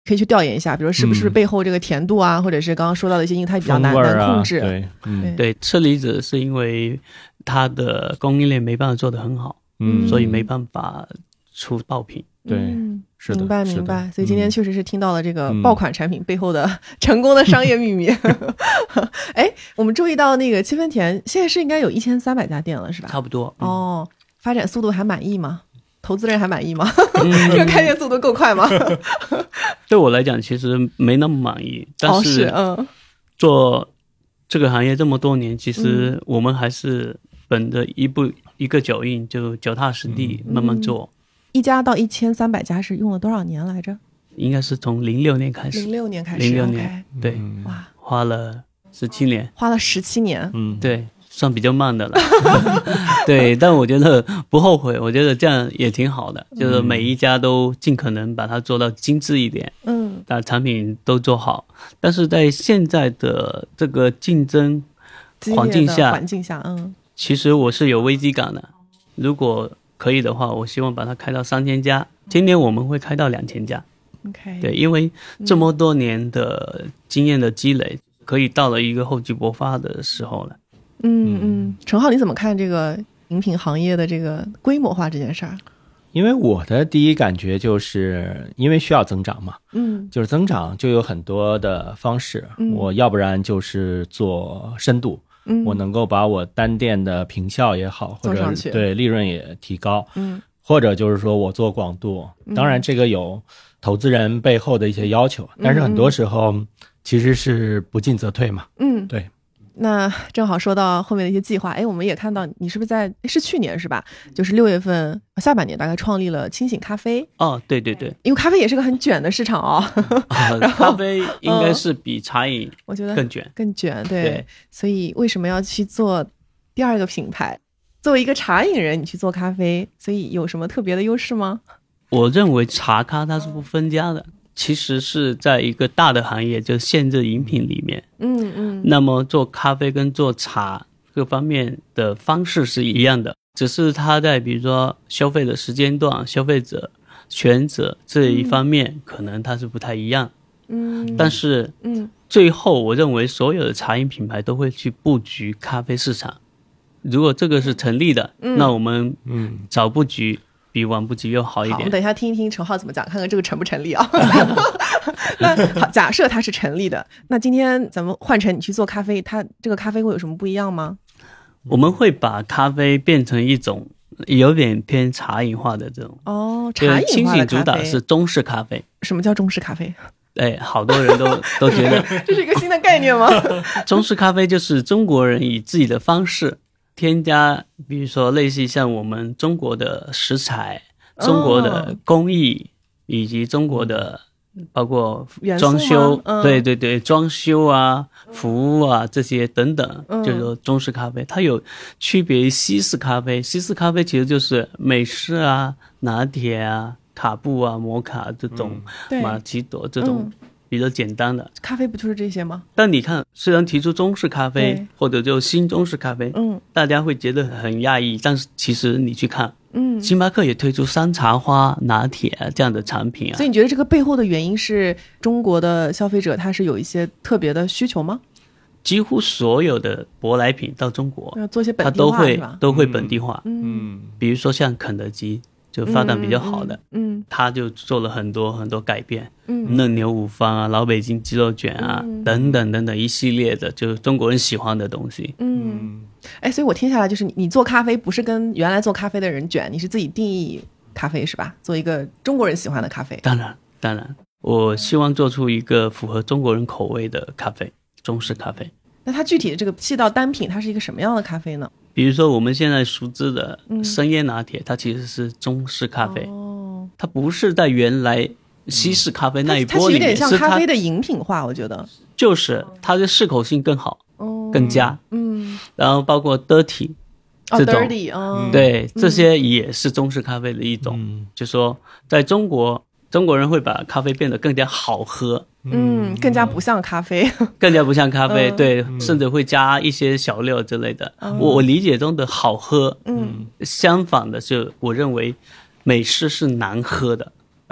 可以去调研一下，比如是不是背后这个甜度啊，或者是刚刚说到的一些因它比较难控制。 对，车厘子是因为它的供应链没办法做得很好，所以没办法出爆品。 对，是的， 明白。所以今天确实是听到了这个爆款产品背后的成功的商业秘密。哎，我们注意到那个七分甜现在是应该有1300家店了，是吧？ 差不多。 哦，发展速度还满意吗？投资人还满意吗？这个开店速度够快吗？ 对我来讲其实没那么满意，但是做这个行业这么多年，其实我们还是本着一个脚印，就脚踏实地慢慢做。 1家到1300家是用了多少年来着？ 应该是从06年开始。 06年开始 ，06年，对，哇，花了17年， 花了17年， 对。算比较慢的了。对，但我觉得不后悔，我觉得这样也挺好的，就是每一家都尽可能把它做到精致一点，把产品都做好。但是在现在的这个竞争环境下，其实我是有危机感的。如果可以的话，我希望把它开到3000家，今年我们会开到2000家。 Okay. 对，因为这么多年的经验的积累，可以到了一个厚积薄发的时候了。 程浩，你怎么看这个饮品行业的这个规模化这件事儿？ 因为我的第一感觉就是因为需要增长嘛，就是增长就有很多的方式，我要不然就是做深度，我能够把我单店的坪效也好，或者对利润也提高，或者就是说我做广度，当然这个有投资人背后的一些要求，但是很多时候其实是不进则退嘛，对。 那正好说到后面的一些计划，我们也看到你是不是是去年是吧？就是6月份下半年大概创立了清醒咖啡。 哦，对，因为咖啡也是个很卷的市场哦。 咖啡应该是比茶饮我觉得更卷，对。所以为什么要去做第二个品牌？作为一个茶饮人，你去做咖啡，所以有什么特别的优势吗？ 我认为茶咖它是不分家的。其实是在一个大的行业，就是现制饮品里面，那么做咖啡跟做茶各方面的方式是一样的，只是它在比如说消费的时间段、消费者选择这一方面，可能它是不太一样。但是最后我认为所有的茶饮品牌都会去布局咖啡市场。如果这个是成立的，那我们早布局比晚布局又好一点。 好，我们等一下听一听程浩怎么讲，看看这个成不成立啊。那好，假设它是成立的，那今天咱们换成你去做咖啡，它这个咖啡会有什么不一样吗？ 我们会把咖啡变成一种有点偏茶饮化的这种。 茶饮化的咖啡。 清醒主打是中式咖啡。 什么叫中式咖啡？ 好多人都觉得这是一个新的概念吗？ 中式咖啡就是中国人以自己的方式添加，比如说类似像我们中国的食材、中国的工艺，以及中国的包括装修，对，装修啊、服务啊这些等等，就是说中式咖啡。它有区别于西式咖啡，西式咖啡其实就是美式啊、拿铁啊、卡布啊、摩卡这种，玛奇朵这种比较简单的。 咖啡不就是这些吗？ 但你看，虽然提出中式咖啡或者就新中式咖啡，大家会觉得很讶异，但是其实你去看，星巴克也推出山茶花拿铁这样的产品啊。 所以你觉得这个背后的原因是中国的消费者他是有一些特别的需求吗？ 几乎所有的舶来品到中国要做一些本地化， 它都会本地化。比如说像肯德基就发展比较好的，他就做了很多很多改变，嫩牛五方啊、老北京鸡肉卷啊，等等等等一系列的，就是中国人喜欢的东西。 所以我听下来就是你做咖啡不是跟原来做咖啡的人卷，你是自己定义咖啡是吧？做一个中国人喜欢的咖啡。 当然，我希望做出一个符合中国人口味的咖啡，中式咖啡。 那它具体的这个细到单品，它是一个什么样的咖啡呢？ 比如说我们现在熟知的生椰拿铁，它其实是中式咖啡，它不是在原来西式咖啡那一波里面， 它有点像咖啡的饮品化，我觉得就是它的适口性更好，更佳，然后包括 dirty 这种，dirty，对，这些也是中式咖啡的一种，就说在中国人会把咖啡变得更加好喝， 更加不像咖啡， 对，甚至会加一些小料之类的。我理解中的好喝，相反的是，我认为美式是难喝的。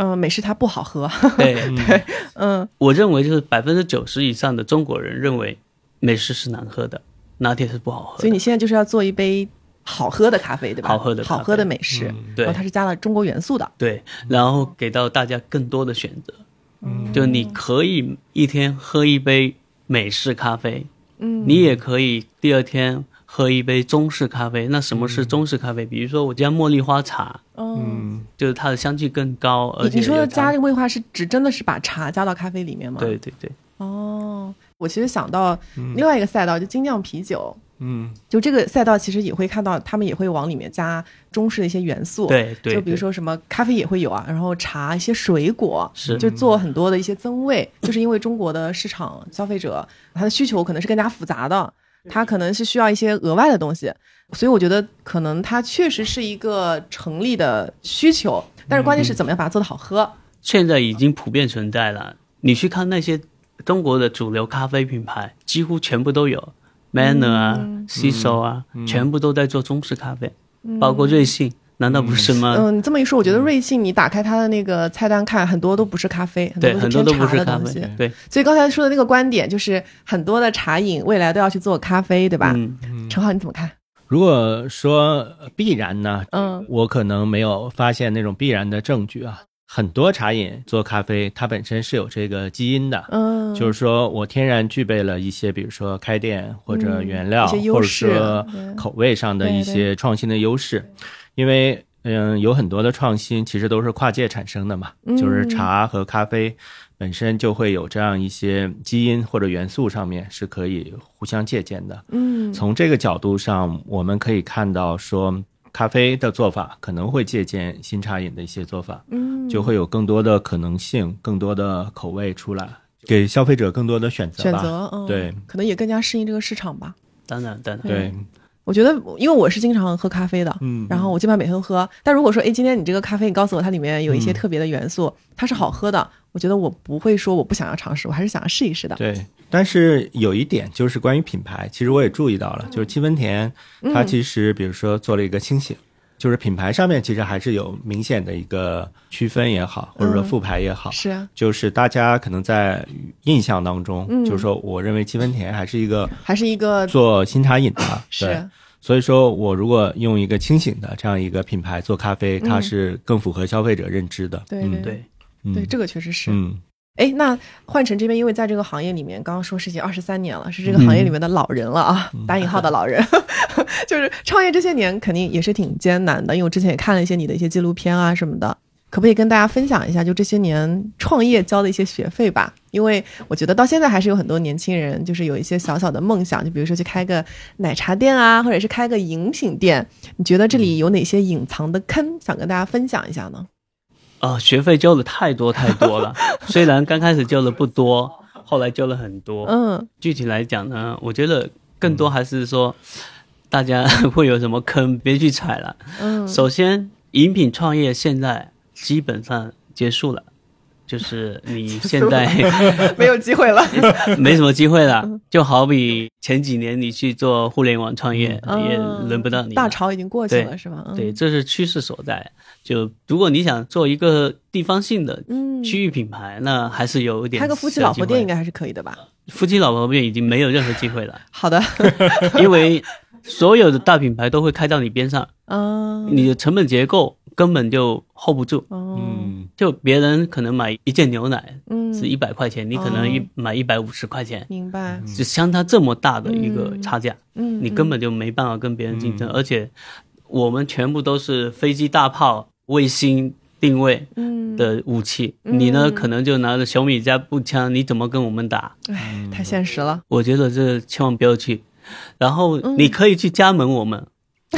美式它不好喝。 对对， 我认为就是90%以上的中国人认为美式是难喝的，拿铁是不好喝的。 所以你现在就是要做一杯好喝的咖啡，对吧？ 好喝的咖啡， 好喝的美式， 对， 然后它是加了中国元素的， 对，然后给到大家更多的选择，就你可以一天喝一杯美式咖啡，你也可以第二天喝一杯中式咖啡。那什么是中式咖啡？比如说我加茉莉花茶，就是它的香气更高，而且你说的加茉莉花是指真的是把茶加到咖啡里面吗？ 对对对。 我其实想到另外一个赛道，就精酿啤酒。就这个赛道其实也会看到他们也会往里面加中式的一些元素， 对对， 就比如说什么咖啡也会有啊，然后茶一些水果， 是就做很多的一些增味，就是因为中国的市场消费者他的需求可能是更加复杂的，他可能是需要一些额外的东西，所以我觉得可能它确实是一个成立的需求，但是关键是怎么样把它做得好喝。 现在已经普遍存在了，你去看那些中国的主流咖啡品牌，几乎全部都有。Manner 啊，CISO 啊，全部都在做中式咖啡，包括瑞幸，难道不是吗？ 你这么一说，我觉得瑞幸你打开它的那个菜单看，很多都不是咖啡， 对，很多都不是咖啡。 对， 所以刚才说的那个观点，就是很多的茶饮未来都要去做咖啡，对吧？陈浩你怎么看？ 如果说必然呢，我可能没有发现那种必然的证据啊。很多茶饮做咖啡它本身是有这个基因的，就是说我天然具备了一些比如说开店或者原料，或者说口味上的一些创新的优势。因为有很多的创新其实都是跨界产生的嘛，就是茶和咖啡本身就会有这样一些基因或者元素上面是可以互相借鉴的。从这个角度上我们可以看到说咖啡的做法可能会借鉴新茶饮的一些做法，就会有更多的可能性，更多的口味出来，给消费者更多的选择吧。对， 可能也更加适应这个市场吧。 当然对。 我觉得因为我是经常喝咖啡的，然后我基本上每天都喝，但如果说今天你这个咖啡你告诉我它里面有一些特别的元素，它是好喝的，我觉得我不会说我不想要尝试，我还是想要试一试的。 对，但是有一点就是关于品牌，其实我也注意到了，就是七分甜它其实比如说做了一个清醒，就是品牌上面其实还是有明显的一个区分也好，或者说复牌也好， 是啊， 就是大家可能在印象当中，就是说我认为七分甜还是一个做新茶饮的，对，所以说我如果用一个清醒的这样一个品牌做咖啡，它是更符合消费者认知的。 对对，这个确实是。那焕晨这边因为在这个行业里面，刚刚说是已经23年了，是这个行业里面的老人了啊，打引号的老人。就是创业这些年肯定也是挺艰难的，因为我之前也看了一些你的一些纪录片啊什么的，可不可以跟大家分享一下就这些年创业交的一些学费吧？因为我觉得到现在还是有很多年轻人就是有一些小小的梦想，就比如说去开个奶茶店啊，或者是开个饮品店，你觉得这里有哪些隐藏的坑想跟大家分享一下呢？ 学费交的太多了虽然刚开始交的不多，后来交了很多。具体来讲呢，我觉得更多还是说大家会有什么坑别去踩了。首先饮品创业现在基本上结束了，就是你现在没有机会了没什么机会了，就好比前几年你去做互联网创业，也轮不到你了， 大潮已经过去了是吧？ 对，这是趋势所在。就如果你想做一个地方性的区域品牌，那还是有一点， 开个夫妻老婆店应该还是可以的吧？ 夫妻老婆店已经没有任何机会了。 好的因为所有的大品牌都会开到你边上，你的成本结构根本就 hold 不住。就别人可能买一件牛奶是100块钱，你可能买150块钱， 明白？ 就相差这么大的一个差价，你根本就没办法跟别人竞争。而且我们全部都是飞机大炮卫星定位的武器，你呢可能就拿着小米加步枪，你怎么跟我们打？ 太现实了。 我觉得这千万不要去。然后你可以去加盟我们。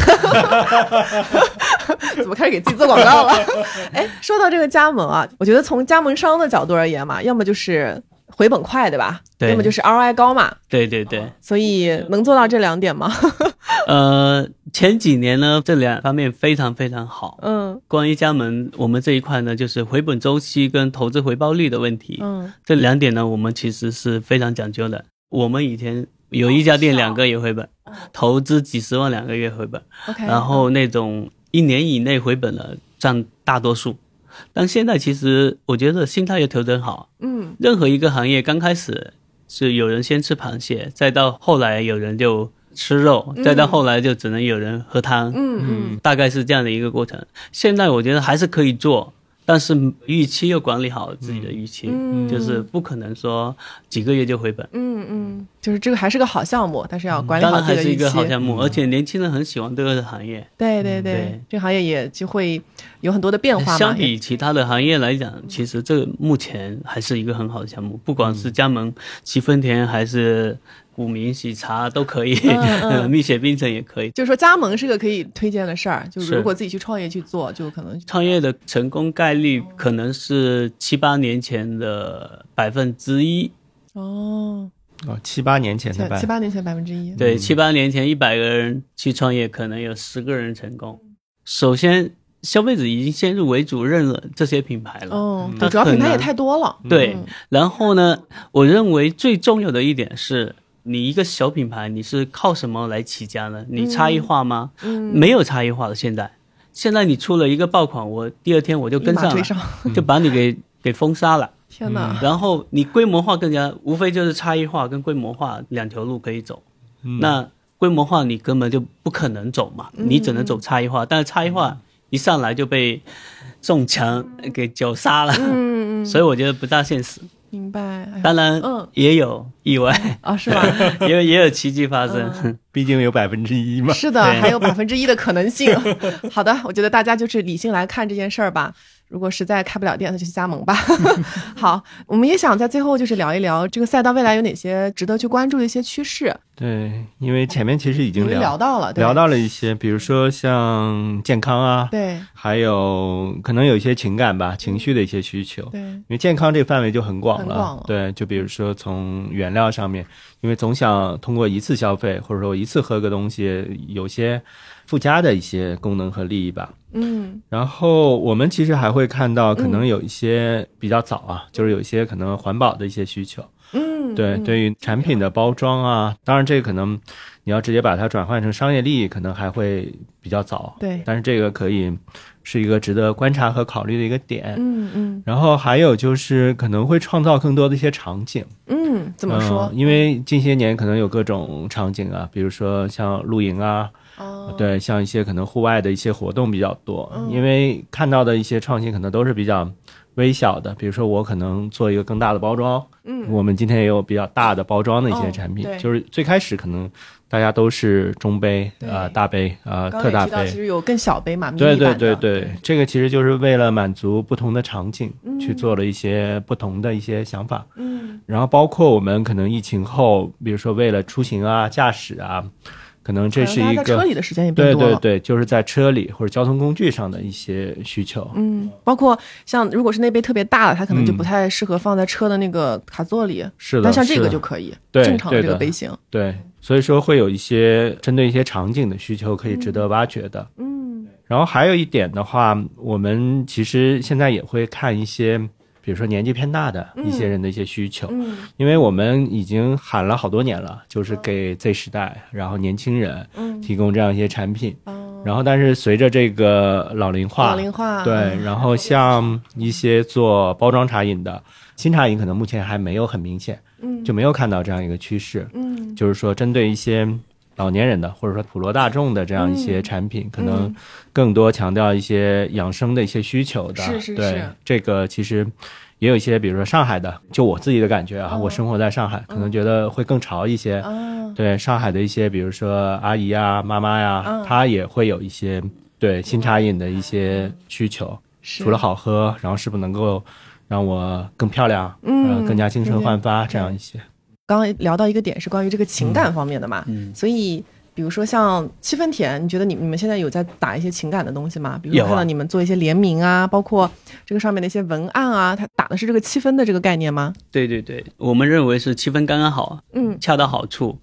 怎么开始给自己做广告了？说到这个加盟啊，我觉得从加盟商的角度而言嘛，要么就是回本快，对吧？ 对， 要么就是 ROI 高嘛。 对对对。 所以能做到这2点吗？ 前几年呢，这2方面非常非常好。关于加盟，我们这一块呢，就是回本周期跟投资回报率的问题。这2点呢，我们其实是非常讲究的。我们以前有一家店2个月回本，投资几十万2个月回本，然后那种1年以内回本的占大多数。 但现在其实我觉得心态也调整好。任何一个行业刚开始是有人先吃螃蟹，再到后来有人就吃肉，再到后来就只能有人喝汤。大概是这样的一个过程。现在我觉得还是可以做，但是预期又管理好自己的预期，就是不可能说几个月就回本。 就是这个还是个好项目，但是要管理好自己的预期。 当然还是一个好项目，而且年轻人很喜欢这个行业。 对，这个行业也就会有很多的变化嘛。 相比其他的行业来讲，其实这个目前还是一个很好的项目，不管是加盟七分田还是古茗喜茶都可以，蜜雪冰城也可以。 就是说加盟是个可以推荐的事儿，就是如果自己去创业去做，就可能创业的成功概率可能是7、8年前的1%。 7、8年前的 7、8年前1%。 对，7、8年前100个人去创业，可能有10个人成功。首先，消费者已经先入为主认了这些品牌了。 对，主要品牌也太多了。 对，然后呢，我认为最重要的一点是，你一个小品牌，你是靠什么来起家呢？你差异化吗？没有差异化的。现在你出了一个爆款，我第2天我就跟上了，就把你给封杀了。 天哪！ 然后你规模化更加，无非就是差异化跟规模化2条路可以走。那规模化你根本就不可能走嘛，你只能走差异化，但是差异化一上来就被中墙给绞杀了。所以我觉得不大现实。 明白。 当然也有意外是吧？ 也有奇迹发生。 毕竟有1%嘛。 是的，还有1%的可能性。好的，我觉得大家就是理性来看这件事儿吧。如果实在开不了店，那就去加盟吧。好，我们也想在最后就是聊一聊这个赛道未来有哪些值得去关注的一些趋势。 对，因为前面其实已经聊到了一些，比如说像健康啊， 对， 还有可能有一些情感吧，情绪的一些需求。 对， 因为健康这个范围就很广了。对，就比如说从原料上面，因为总想通过一次消费或者说一次喝个东西，有些附加的一些功能和利益吧。然后我们其实还会看到可能有一些比较早啊，就是有一些可能环保的一些需求。对，对于产品的包装啊，当然这个可能你要直接把它转换成商业利益，可能还会比较早。 对， 但是这个可以是一个值得观察和考虑的一个点。然后还有就是可能会创造更多的一些场景。 怎么说？ 因为近些年可能有各种场景啊，比如说像露营啊。对，像一些可能户外的一些活动比较多。因为看到的一些创新可能都是比较微小的，比如说我可能做一个更大的包装。我们今天也有比较大的包装的一些产品。就是最开始可能大家都是中杯大杯特大杯， 其实有更小杯嘛。 对，这个其实就是为了满足不同的场景，去做了一些不同的一些想法。然后包括我们可能疫情后，比如说为了出行啊、驾驶啊，可能这是一个在车里的时间也变多了。 对，就是在车里或者交通工具上的一些需求。 包括像如果是那杯特别大的，它可能就不太适合放在车的那个卡座里。 是的， 但像这个就可以，正常的这个杯型。 对，所以说会有一些针对一些场景的需求可以值得挖掘的。然后还有一点的话，我们其实现在也会看一些比如说年纪偏大的一些人的一些需求。因为我们已经喊了好多年了，就是给 Z 时代然后年轻人提供这样一些产品。然后但是随着这个老龄化，对，然后像一些做包装茶饮的新茶饮可能目前还没有很明显，就没有看到这样一个趋势。就是说针对一些老年人的或者说普罗大众的这样一些产品，可能更多强调一些养生的一些需求的。 是对，这个其实也有一些比如说上海的，就我自己的感觉啊，我生活在上海，可能觉得会更潮一些。对，上海的一些比如说阿姨啊、妈妈呀，她也会有一些对新茶饮的一些需求。除了好喝，然后是不是能够让我更漂亮，更加精神焕发，这样一些。 刚刚聊到一个点是关于这个情感方面的嘛，所以比如说像七分甜，你觉得你们现在有在打一些情感的东西吗？比如说看到你们做一些联名啊，包括这个上面的一些文案啊，它打的是这个7分的这个概念吗？ 对，我们认为是7分刚刚好，恰到好处。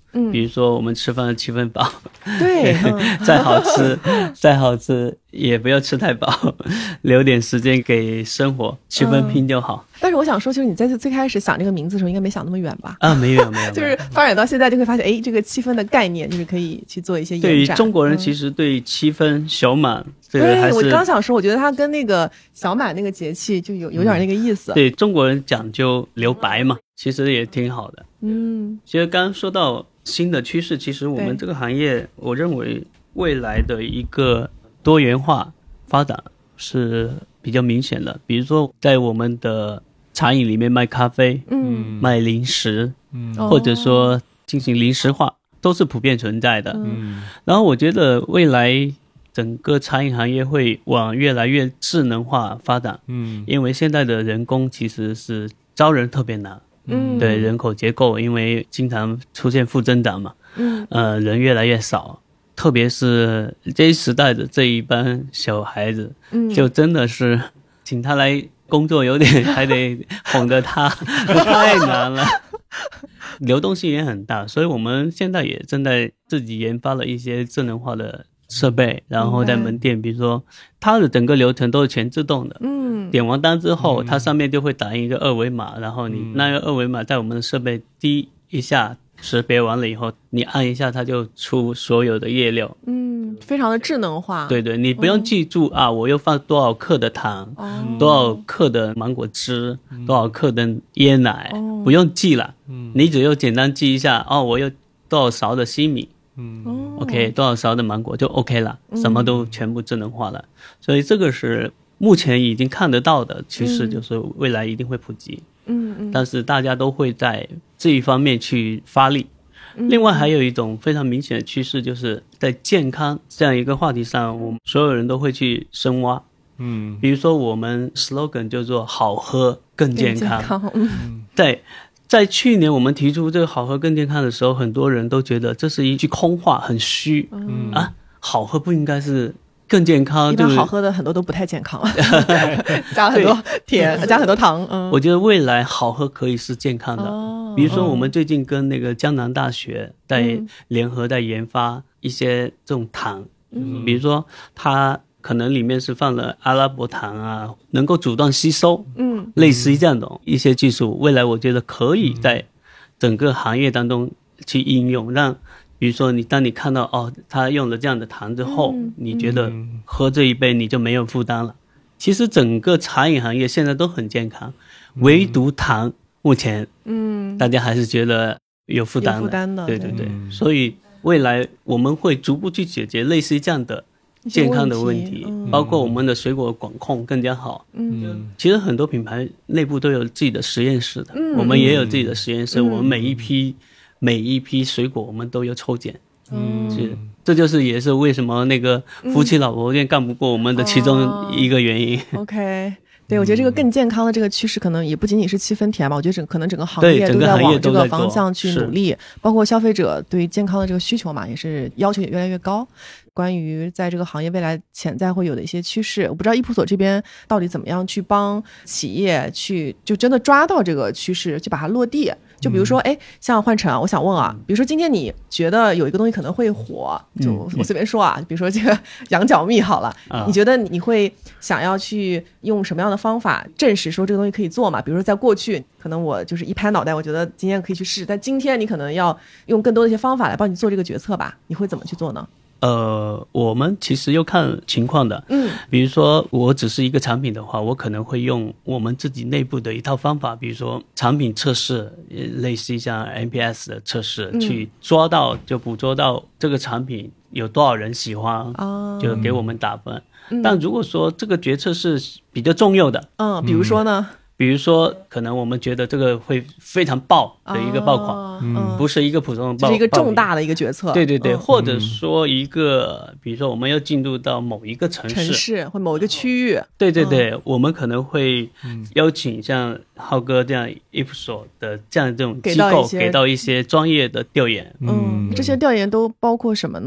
比如说我们吃饭的7分饱， 对， 再好吃也不要吃太饱，留点时间给生活，7分拼就好。 但是我想说，就是你在最开始想这个名字的时候，应该没想那么远吧？ 没有， 就是发展到现在就会发现，这个7分的概念就是可以去做一些延展。 对于中国人，其实对7分小满这个还是， 我刚想说，我觉得它跟那个小满那个节气就有点那个意思。 对，中国人讲究留白嘛，其实也挺好的。其实刚刚说到新的趋势，其实我们这个行业，我认为未来的一个多元化发展是比较明显的。比如说在我们的茶饮里面卖咖啡，卖零食，或者说进行零食化，都是普遍存在的。然后我觉得未来整个茶饮行业会往越来越智能化发展，因为现在的人工其实是招人特别难，对人口结构，因为经常出现负增长嘛，人越来越少，特别是这一时代的这一帮小孩子，就真的是请他来工作有点还得哄着他，太难了。流动性也很大，所以我们现在也正在自己研发了一些智能化的设备，然后在门店，比如说它的整个流程都是全自动的，点完单之后，它上面就会打印一个2维码，然后你那个2维码在我们的设备滴一下，识别完了以后，你按一下它就出所有的页料， 非常的智能化。 对，你不用记住我又放多少克的糖，多少克的芒果汁，多少克的椰奶，不用记了，你只有简单记一下，我有多少勺的西米，OK， 多少勺的芒果就 OK 了，什么都全部智能化了。所以这个是目前已经看得到的趋势，就是未来一定会普及。但是大家都会在这一方面去发力。另外还有一种非常明显的趋势，就是在健康这样一个话题上，我们所有人都会去深挖。比如说我们 slogan 叫做好喝更健康。对，在去年我们提出这个好喝更健康的时候，很多人都觉得这是一句空话，很虚。好喝不应该是更健康？ 一般好喝的很多都不太健康，加了很多甜，加很多糖。 我觉得未来好喝可以是健康的。比如说我们最近跟那个江南大学在联合在研发一些这种糖，比如说它可能里面是放了阿拉伯糖能够阻断吸收，类似于这样的一些技术，未来我觉得可以在整个行业当中去应用，让比如说当你看到他用了这样的糖之后，你觉得喝这一杯你就没有负担了。其实整个茶饮行业现在都很健康，唯独糖目前大家还是觉得有负担的。对，所以未来我们会逐步去解决类似于这样的健康的问题，包括我们的水果管控更加好。其实很多品牌内部都有自己的实验室的，我们也有自己的实验室，我们每一批水果我们都有抽检。这就是也是为什么那个夫妻老婆店干不过我们的其中一个原因。 OK， 对，我觉得这个更健康的这个趋势可能也不仅仅是7分甜吧，我觉得可能整个行业都在往这个方向去努力，包括消费者对健康的这个需求嘛，也是要求也越来越高。关于在这个行业未来潜在会有的一些趋势，我不知道易普所这边到底怎么样去帮企业去就真的抓到这个趋势，去把它落地。就比如说像焕成我想问比如说今天你觉得有一个东西可能会火，就我随便说比如说这个羊角蜜好了，你觉得你会想要去用什么样的方法证实说这个东西可以做嘛？比如说在过去可能我就是一拍脑袋我觉得今天可以去试，但今天你可能要用更多的一些方法来帮你做这个决策吧，你会怎么去做呢？ 我们其实要看情况的。比如说我只是一个产品的话，我可能会用我们自己内部的一套方法，比如说产品测试，类似于像 NPS 的测试，去捕捉到这个产品有多少人喜欢，就给我们打分。但如果说这个决策是比较重要的， 比如说呢？ 比如说可能我们觉得这个会非常爆的一个爆款，不是一个普通的爆， 这是一个重大的一个决策。 对，或者说一个比如说我们要进入到某一个城市或某一个区域， 对，我们可能会邀请像浩哥这样易普所的这样这种机构给到一些专业的调研。 这些调研都包括什么呢？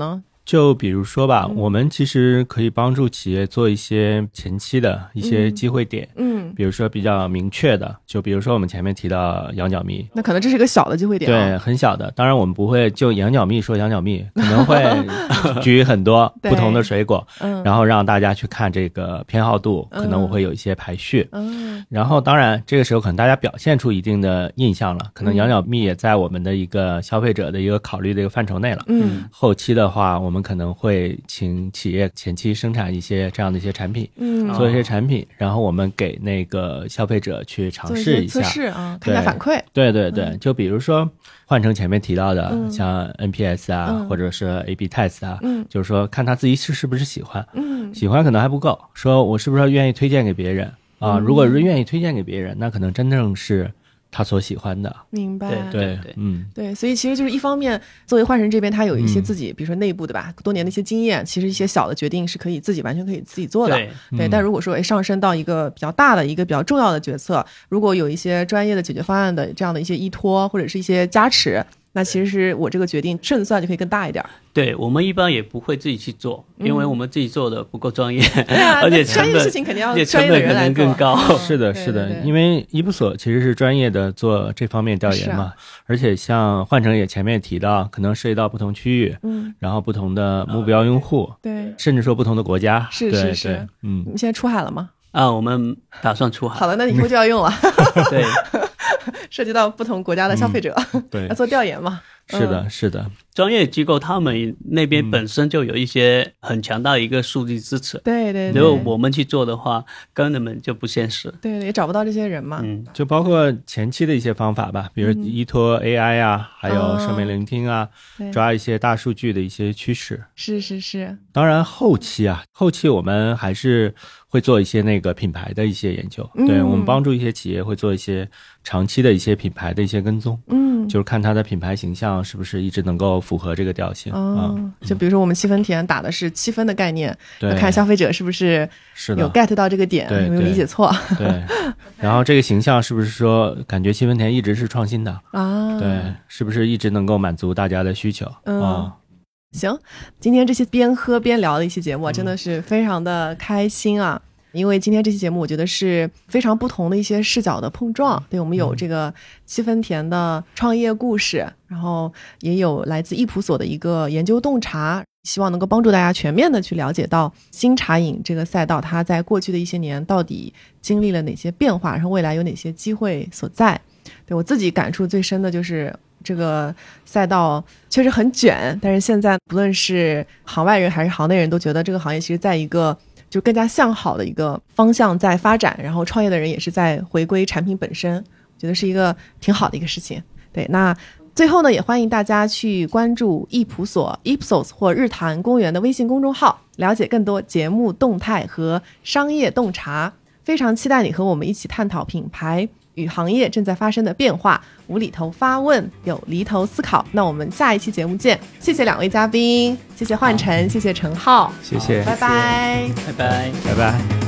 就比如说吧，我们其实可以帮助企业做一些前期的一些机会点，比如说比较明确的，就比如说我们前面提到羊角蜜， 那可能这是一个小的机会点， 对，很小的。当然我们不会就羊角蜜说羊角蜜，可能会举很多不同的水果，然后让大家去看这个偏好度，可能我会有一些排序，然后当然这个时候可能大家表现出一定的印象了，可能羊角蜜也在我们的一个消费者的一个考虑的一个范畴内了。后期的话，我们可能会请企业前期生产一些这样的一些产品，做一些产品，然后我们给那个消费者去尝试一下， 测试啊，看一下反馈。 对对对，就比如说换成前面提到的，像 NPS 啊，或者是 AB test 啊，就是说看他自己是不是喜欢，喜欢可能还不够，说我是不是愿意推荐给别人啊？如果是愿意推荐给别人，那可能真正是他所喜欢的。 明白。 对， 对，所以其实就是一方面，作为换乘这边，他有一些自己，比如说内部对吧，多年的一些经验，其实一些小的决定是可以完全可以自己做的。对，但如果说上升到一个比较大的一个比较重要的决策，如果有一些专业的解决方案的这样的一些依托或者是一些加持，那其实是我这个决定胜算就可以更大一点。 对，我们一般也不会自己去做，因为我们自己做的不够专业，而且专业的事情肯定要专业的人来做， 更高。 是的，是的，因为伊普所其实是专业的做这方面调研嘛，而且像换乘也前面提到，可能涉及到不同区域，然后不同的目标用户， 对， 甚至说不同的国家， 是，你们现在出海了吗？ 我们打算出海。 好了，那以后就要用了。 对， 涉及到不同国家的消费者， 对， 要做调研嘛。 是的，是的。 专业机构他们那边本身就有一些很强大的一个数据支持， 对， 如果我们去做的话，根本就不现实。 对，也找不到这些人嘛。 就包括前期的一些方法吧，比如依托 AI 啊，还有声美聆听啊，抓一些大数据的一些趋势。 是。 当然后期我们还是会做一些那个品牌的一些研究，对，我们帮助一些企业会做一些长期的一些品牌的一些跟踪，就是看它的品牌形象是不是一直能够符合这个调性。 就比如说我们7分甜打的是7分的概念，要看消费者是不是有 get 到这个点，有没有理解错。 对，然后这个形象是不是说感觉7分甜一直是创新的啊？对，是不是一直能够满足大家的需求啊？ 行，今天这期边喝边聊的一期节目真的是非常的开心啊。因为今天这期节目我觉得是非常不同的一些视角的碰撞，对，我们有这个7分甜的创业故事，然后也有来自易普所的一个研究洞察，希望能够帮助大家全面的去了解到新茶饮这个赛道它在过去的一些年到底经历了哪些变化，然后未来有哪些机会所在。对，我自己感触最深的就是这个赛道确实很卷，但是现在不论是行外人还是行内人都觉得这个行业其实在一个就更加向好的一个方向在发展，然后创业的人也是在回归产品本身，我觉得是一个挺好的一个事情。对，那最后呢，也欢迎大家去关注易普所 Ipsos 或日坛公园的微信公众号，了解更多节目动态和商业洞察。非常期待你和我们一起探讨品牌与行业正在发生的变化，无厘头发问，有厘头思考。那我们下一期节目见，谢谢2位嘉宾，谢谢焕成，谢谢陈浩， 谢谢， 拜拜， 拜拜， 拜拜。